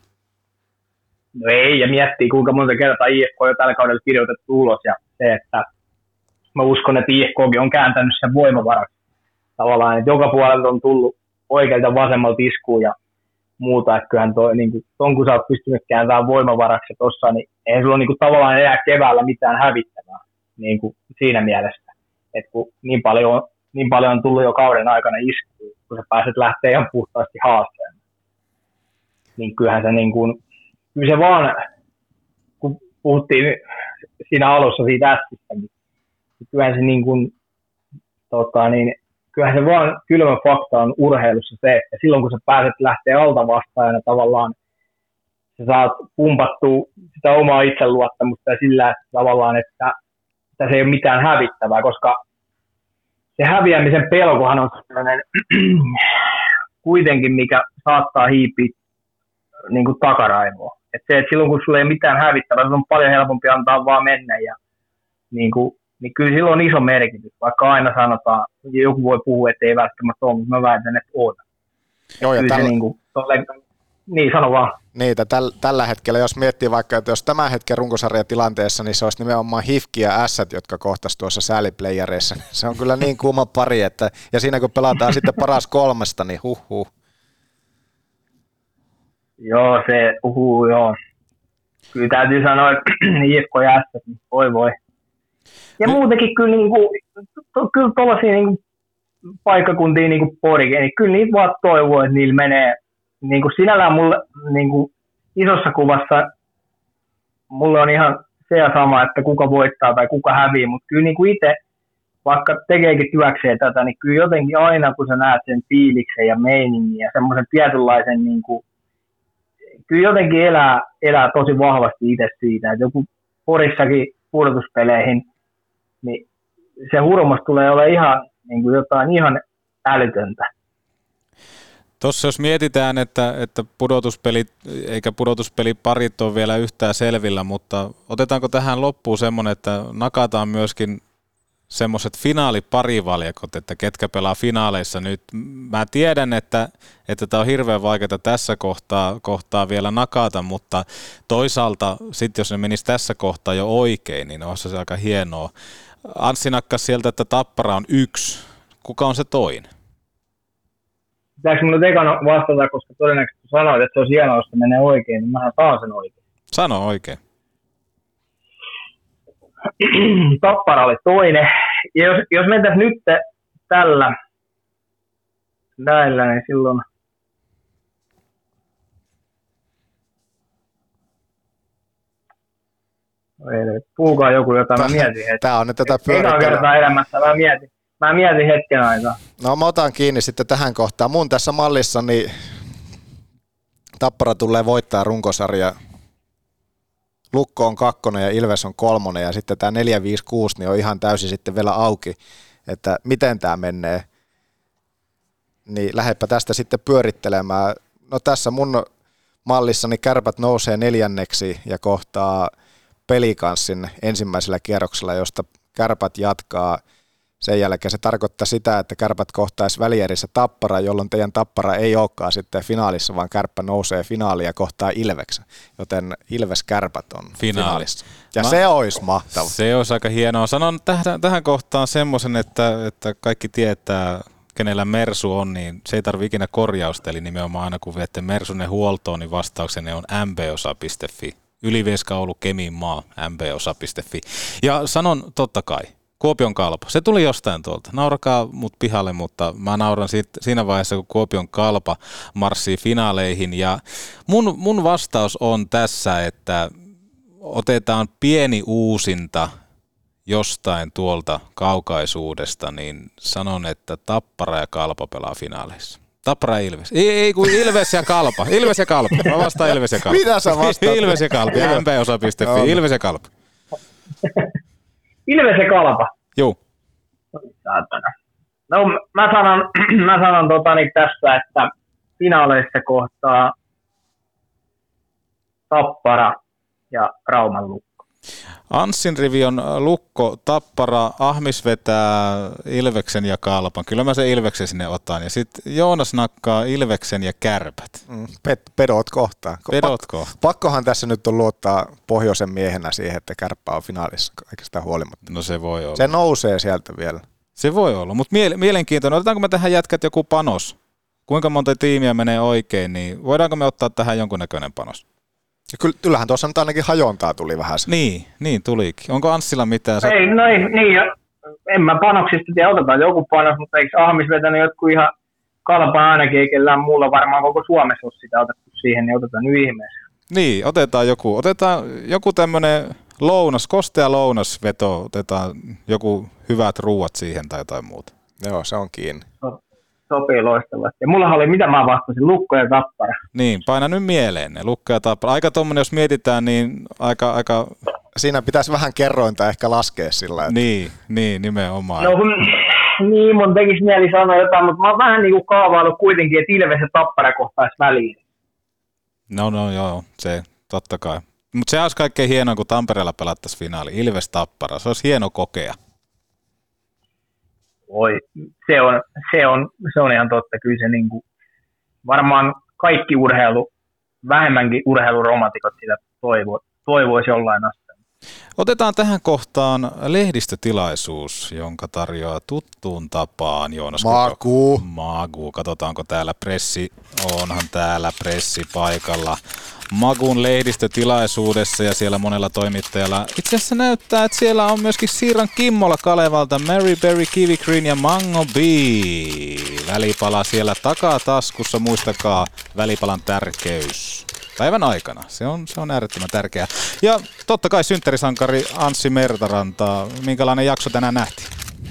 No ei, ja miettii kuinka monta kertaa IFK on jo tällä kaudella kirjoitettu ulos, ja se, että mä uskon, että IFKkin on kääntänyt sen voimavaraksi. Tavallaan, että joka puolelta on tullut oikealta vasemmalta iskuun ja muuta, että kyllähän ton kun sä oot pystynyt kääntämään voimavaraksi tossa, niin eihän sulla niin tavallaan enää keväällä mitään hävittävää niin kuin siinä mielessä, että kun niin paljon on tullut jo kauden aikana iskuun, kun sä pääset lähteä ihan puhtaasti haasteen. Niin kyllähän se niin kuin, kyllä se vaan, kun puhuttiin siinä alussa siitä ässistä, niin kyllähän se niin kuin, kyllähän se vaan kylmä fakta on urheilussa se, että silloin kun sä pääset lähteä altavastaajana tavallaan, sä saat pumpattua sitä omaa itseluottamusta ja sillä että tavallaan, että tässä ei ole mitään hävittävää, koska se häviämisen pelkohan on sellainen kuitenkin, mikä saattaa hiipiä niin kuin takaraivoon. Et se, että silloin kun sulla ei ole mitään hävittävää, se on paljon helpompi antaa vaan mennä. Ja, niin kyllä sillä on iso merkitys, vaikka aina sanotaan, joku voi puhua, että ei välttämättä ole, mutta mä väitän, että on. Joo, ja niin, sano vaan. Niitä tällä hetkellä, jos miettii vaikka, että jos tämän hetken runkosarjatilanteessa, niin se olisi nimenomaan HIFK ja Ässät, jotka kohtaisi tuossa sääliplayereissa. Se on kyllä niin kuuma pari, että, ja siinä kun pelataan sitten paras kolmesta, niin Joo, se joo. Kyllä täytyy sanoa, että IFK ja S, niin voi. Ja muutenkin kyllä, kyllä tuollaisia paikkakuntia niin kuin Porikin, niin kyllä niitä vaan toivoo, että niillä menee. Niin kuin sinällään mulle niin kuin isossa kuvassa mulle on ihan se ja sama, että kuka voittaa tai kuka hävii, mutta kyllä niin kuin itse, vaikka tekeekin työkseen tätä, niin kyllä jotenkin aina, kun sä näet sen fiiliksen ja meiningin ja semmoisen tietynlaisen, niin kuin, kyllä jotenkin elää tosi vahvasti itse siitä, että joku Porissakin pudotuspeleihin, niin se hurmos tulee olla ihan niin kuin jotain ihan älytöntä. Tuossa jos mietitään, että pudotuspelit, eikä pudotuspeliparit ole vielä yhtään selvillä, mutta otetaanko tähän loppuun semmoinen, että nakataan myöskin semmoiset finaaliparivaljakot, että ketkä pelaa finaaleissa nyt. Mä tiedän, että tämä on hirveän vaikeaa tässä kohtaa vielä nakata, mutta toisaalta sitten jos ne menisi tässä kohtaa jo oikein, niin olisi se aika hienoa. Anssi nakkas sieltä, että Tappara on 1. Kuka on se toinen? Pitääkö minun ekana vastata, koska todennäköisesti sanoit, että se olisi hienoa, jos se menee oikein, niin mähän saan sen oikein. Sano oikein. Tappara oli toinen. Ja jos mentäisiin nyt näillä, niin silloin puhukaa joku, jota mä mietin hetken. Tää on nyt tätä pyörittelyä. Ekaa kertaa elämässä mä mietin hetken aikaa. No mä otan kiinni sitten tähän kohtaan. Mun tässä mallissa niin Tappara tulee voittaa runkosarja. Lukko on 2 ja Ilves on 3 ja sitten tämä 4-5-6 niin on ihan täysin sitten vielä auki, että miten tämä menee. Niin lähdepä tästä sitten pyörittelemään. No tässä mun mallissani Kärpät nousee 4. ja kohtaa Pelikanssin ensimmäisellä kierroksella, josta Kärpät jatkaa. Sen jälkeen se tarkoittaa sitä, että Kärpät kohtaisi välierissä Tappara, jolloin teidän Tappara ei olekaan sitten finaalissa, vaan Kärppä nousee finaaliin ja kohtaa Ilveksen. Joten Ilves-Kärpät on finaalissa. Ja se olisi mahtavaa. Se olisi aika hienoa. Sanon tähän kohtaan semmoisen, että kaikki tietää, kenellä Mersu on, niin se ei tarvitse ikinä korjausta. Eli nimenomaan aina kun viette Mersunen huoltoon, niin vastauksenne on mbosa.fi. Ylivieska, Oulu, Keminmaa, mbosa.fi. Ja sanon totta kai, Kuopion Kalpa. Se tuli jostain tuolta. Naurakaa mut pihalle, mutta mä nauran siinä vaiheessa, kun Kuopion Kalpa marssii finaaleihin. Ja mun vastaus on tässä, että otetaan pieni uusinta jostain tuolta kaukaisuudesta, niin sanon, että Tappara ja Kalpa pelaa finaaleissa. Tappara ja Ilves. Ei kun Ilves ja Kalpa. Ilves ja Kalpa. Mä vastaan Ilves ja Kalpa. Mitä sä vastaat? Ilves ja Kalpa. mbosa.fi. Ilves ja Kalpa. Ilves ja Kalpa. Juu. No mä sanon tässä, että finaaleissa kohtaa Tappara ja Rauman Lukko. Anssin rivi on Lukko, Tappara, Ahmis vetää Ilveksen ja Kalpan. Kyllä mä sen Ilveksen sinne otan. Ja sitten Joonas nakkaa Ilveksen ja Kärpät. Pedot kohtaan. Pakkohan tässä nyt on luottaa pohjoisen miehenä siihen, että Kärppä on finaalissa, eikä sitä huolimatta. No se voi olla. Se nousee sieltä vielä. Se voi olla, mutta mielenkiintoinen. Otetaanko me tähän jätkät joku panos? Kuinka monta tiimiä menee oikein, niin voidaanko me ottaa tähän jonkunnäköinen panos? Ja kyllähän tuossa nyt ainakin hajontaa tuli vähän. Niin tulikin. Onko Anssilla mitään? En mä panoksista tiedä, otetaan joku panos, mutta eikö Ahmis vetänyt jotkut ihan Kalpaa ainakin, eikä kellään muulla varmaan koko Suomessa ole sitä otettu siihen, niin otetaan nyt ihmeessä. Niin, otetaan joku tämmöinen kostea lounasveto, otetaan joku hyvät ruuat siihen tai jotain muuta. Joo, se on kiinni. Sopii loistavasti. Ja mullahan oli, mitä mä vastasin, Lukko ja Tappara. Niin, paina nyt mieleen ne, Lukko ja Tappara. Aika tommonen, jos mietitään, niin aika... Siinä pitäisi vähän kerrointa ehkä laskea sillä. Että... Niin, nimenomaan. No, niin, mun tekisi mieli sanoa jotain, mutta mä oon vähän niin kuin kaavaillut kuitenkin, että Ilves ja Tappara kohtaisi väliin. No joo, se totta kai. Mutta se olisi kaikkein hienoa, kun Tampereella pelattaisiin finaali. Ilves Tappara, se olisi hieno kokea. Oi, se on ihan totta. Kyllä se niin kuin, varmaan kaikki vähemmänkin urheiluromantikot sitä toivoisi jollain asteella. Otetaan tähän kohtaan lehdistötilaisuus, jonka tarjoaa tuttuun tapaan Joonas. Magu. Katsotaanko täällä pressi. Onhan täällä pressi paikalla. Magun lehdistötilaisuudessa ja siellä monella toimittajalla. Itse asiassa näyttää, että siellä on myöskin Siirran Kimmola Kalevalta, Mary Berry, Kiwi Green ja Mango B. Välipala siellä takataskussa, muistakaa välipalan tärkeys. Päivän aikana. Se on äärettömän tärkeää. Ja totta kai synttärisankari Anssi Mertaranta. Minkälainen jakso tänään nähtiin?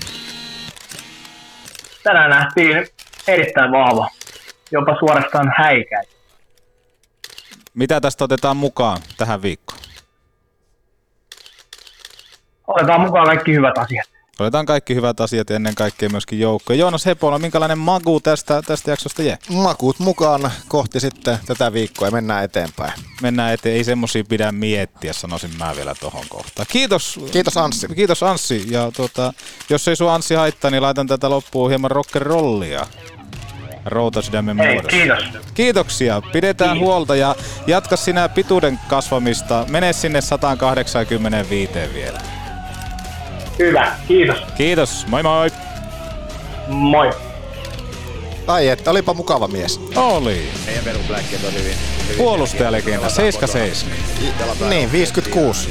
Tänään nähtiin erittäin vahva. Jopa suorastaan häikäi. Mitä tästä otetaan mukaan tähän viikkoon? Otetaan mukaan kaikki hyvät asiat. Otetaan kaikki hyvät asiat ja ennen kaikkea myöskin joukkoja. Joonas Hepola, minkälainen magu tästä jaksosta jää? Makuut mukaan kohti sitten tätä viikkoa ja mennään eteenpäin. Mennään eteen, ei semmosia pidä miettiä, sanoisin mä vielä tohon kohtaan. Kiitos Anssi. Kiitos Anssi. Ja jos ei sua Anssi haittaa, niin laitan tätä loppuun hieman rock'n'rollia. Routasydämen muodossa. Kiitos. Kiitoksia. Pidetään huolta ja jatka sinä pituuden kasvamista. Mene sinne 185 vielä. Hyvä, kiitos. Kiitos, moi moi. Moi. Ai että, olipa mukava mies. Oli. Meidän perusläkkeet on hyvin Puolustajalegenda, 7-7. Niin, 56.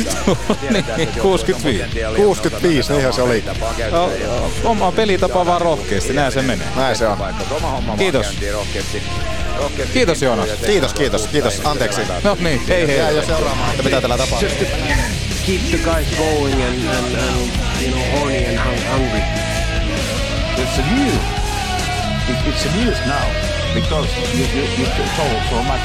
65. 65, niinhän se oli. Oma pelitapa vaan rohkeasti, näin se menee. Näin se on. Kiitos. Kiitos Joonas. Kiitos. Anteeksi. No niin, hei. Jää jo seuraamaan, että mitä täällä tapahtuu. Keep the guys going and you know, horny and hungry. It's a news. It's a news now because you told so much.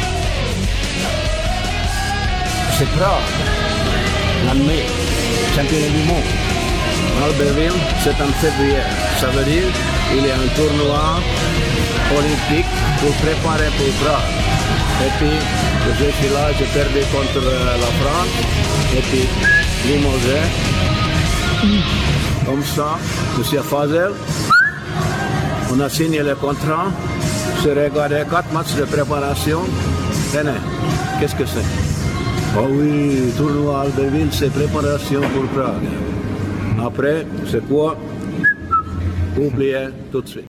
C'est grave. L'année, championnat du monde. Albertville, c'est en février. Ça veut dire qu'il y a un tournoi olympique pour préparer pour Prague. Et puis, je suis là, j'ai perdu contre la France. Et puis, Limoges. Comme ça, monsieur Fazel, on a signé le contrat. J'ai regardé 4 matchs de préparation. Tenez, qu'est-ce que c'est? Oh oui, tournoi Albertville, c'est préparation pour Prague. Après, c'est quoi? Oubliez tout de suite.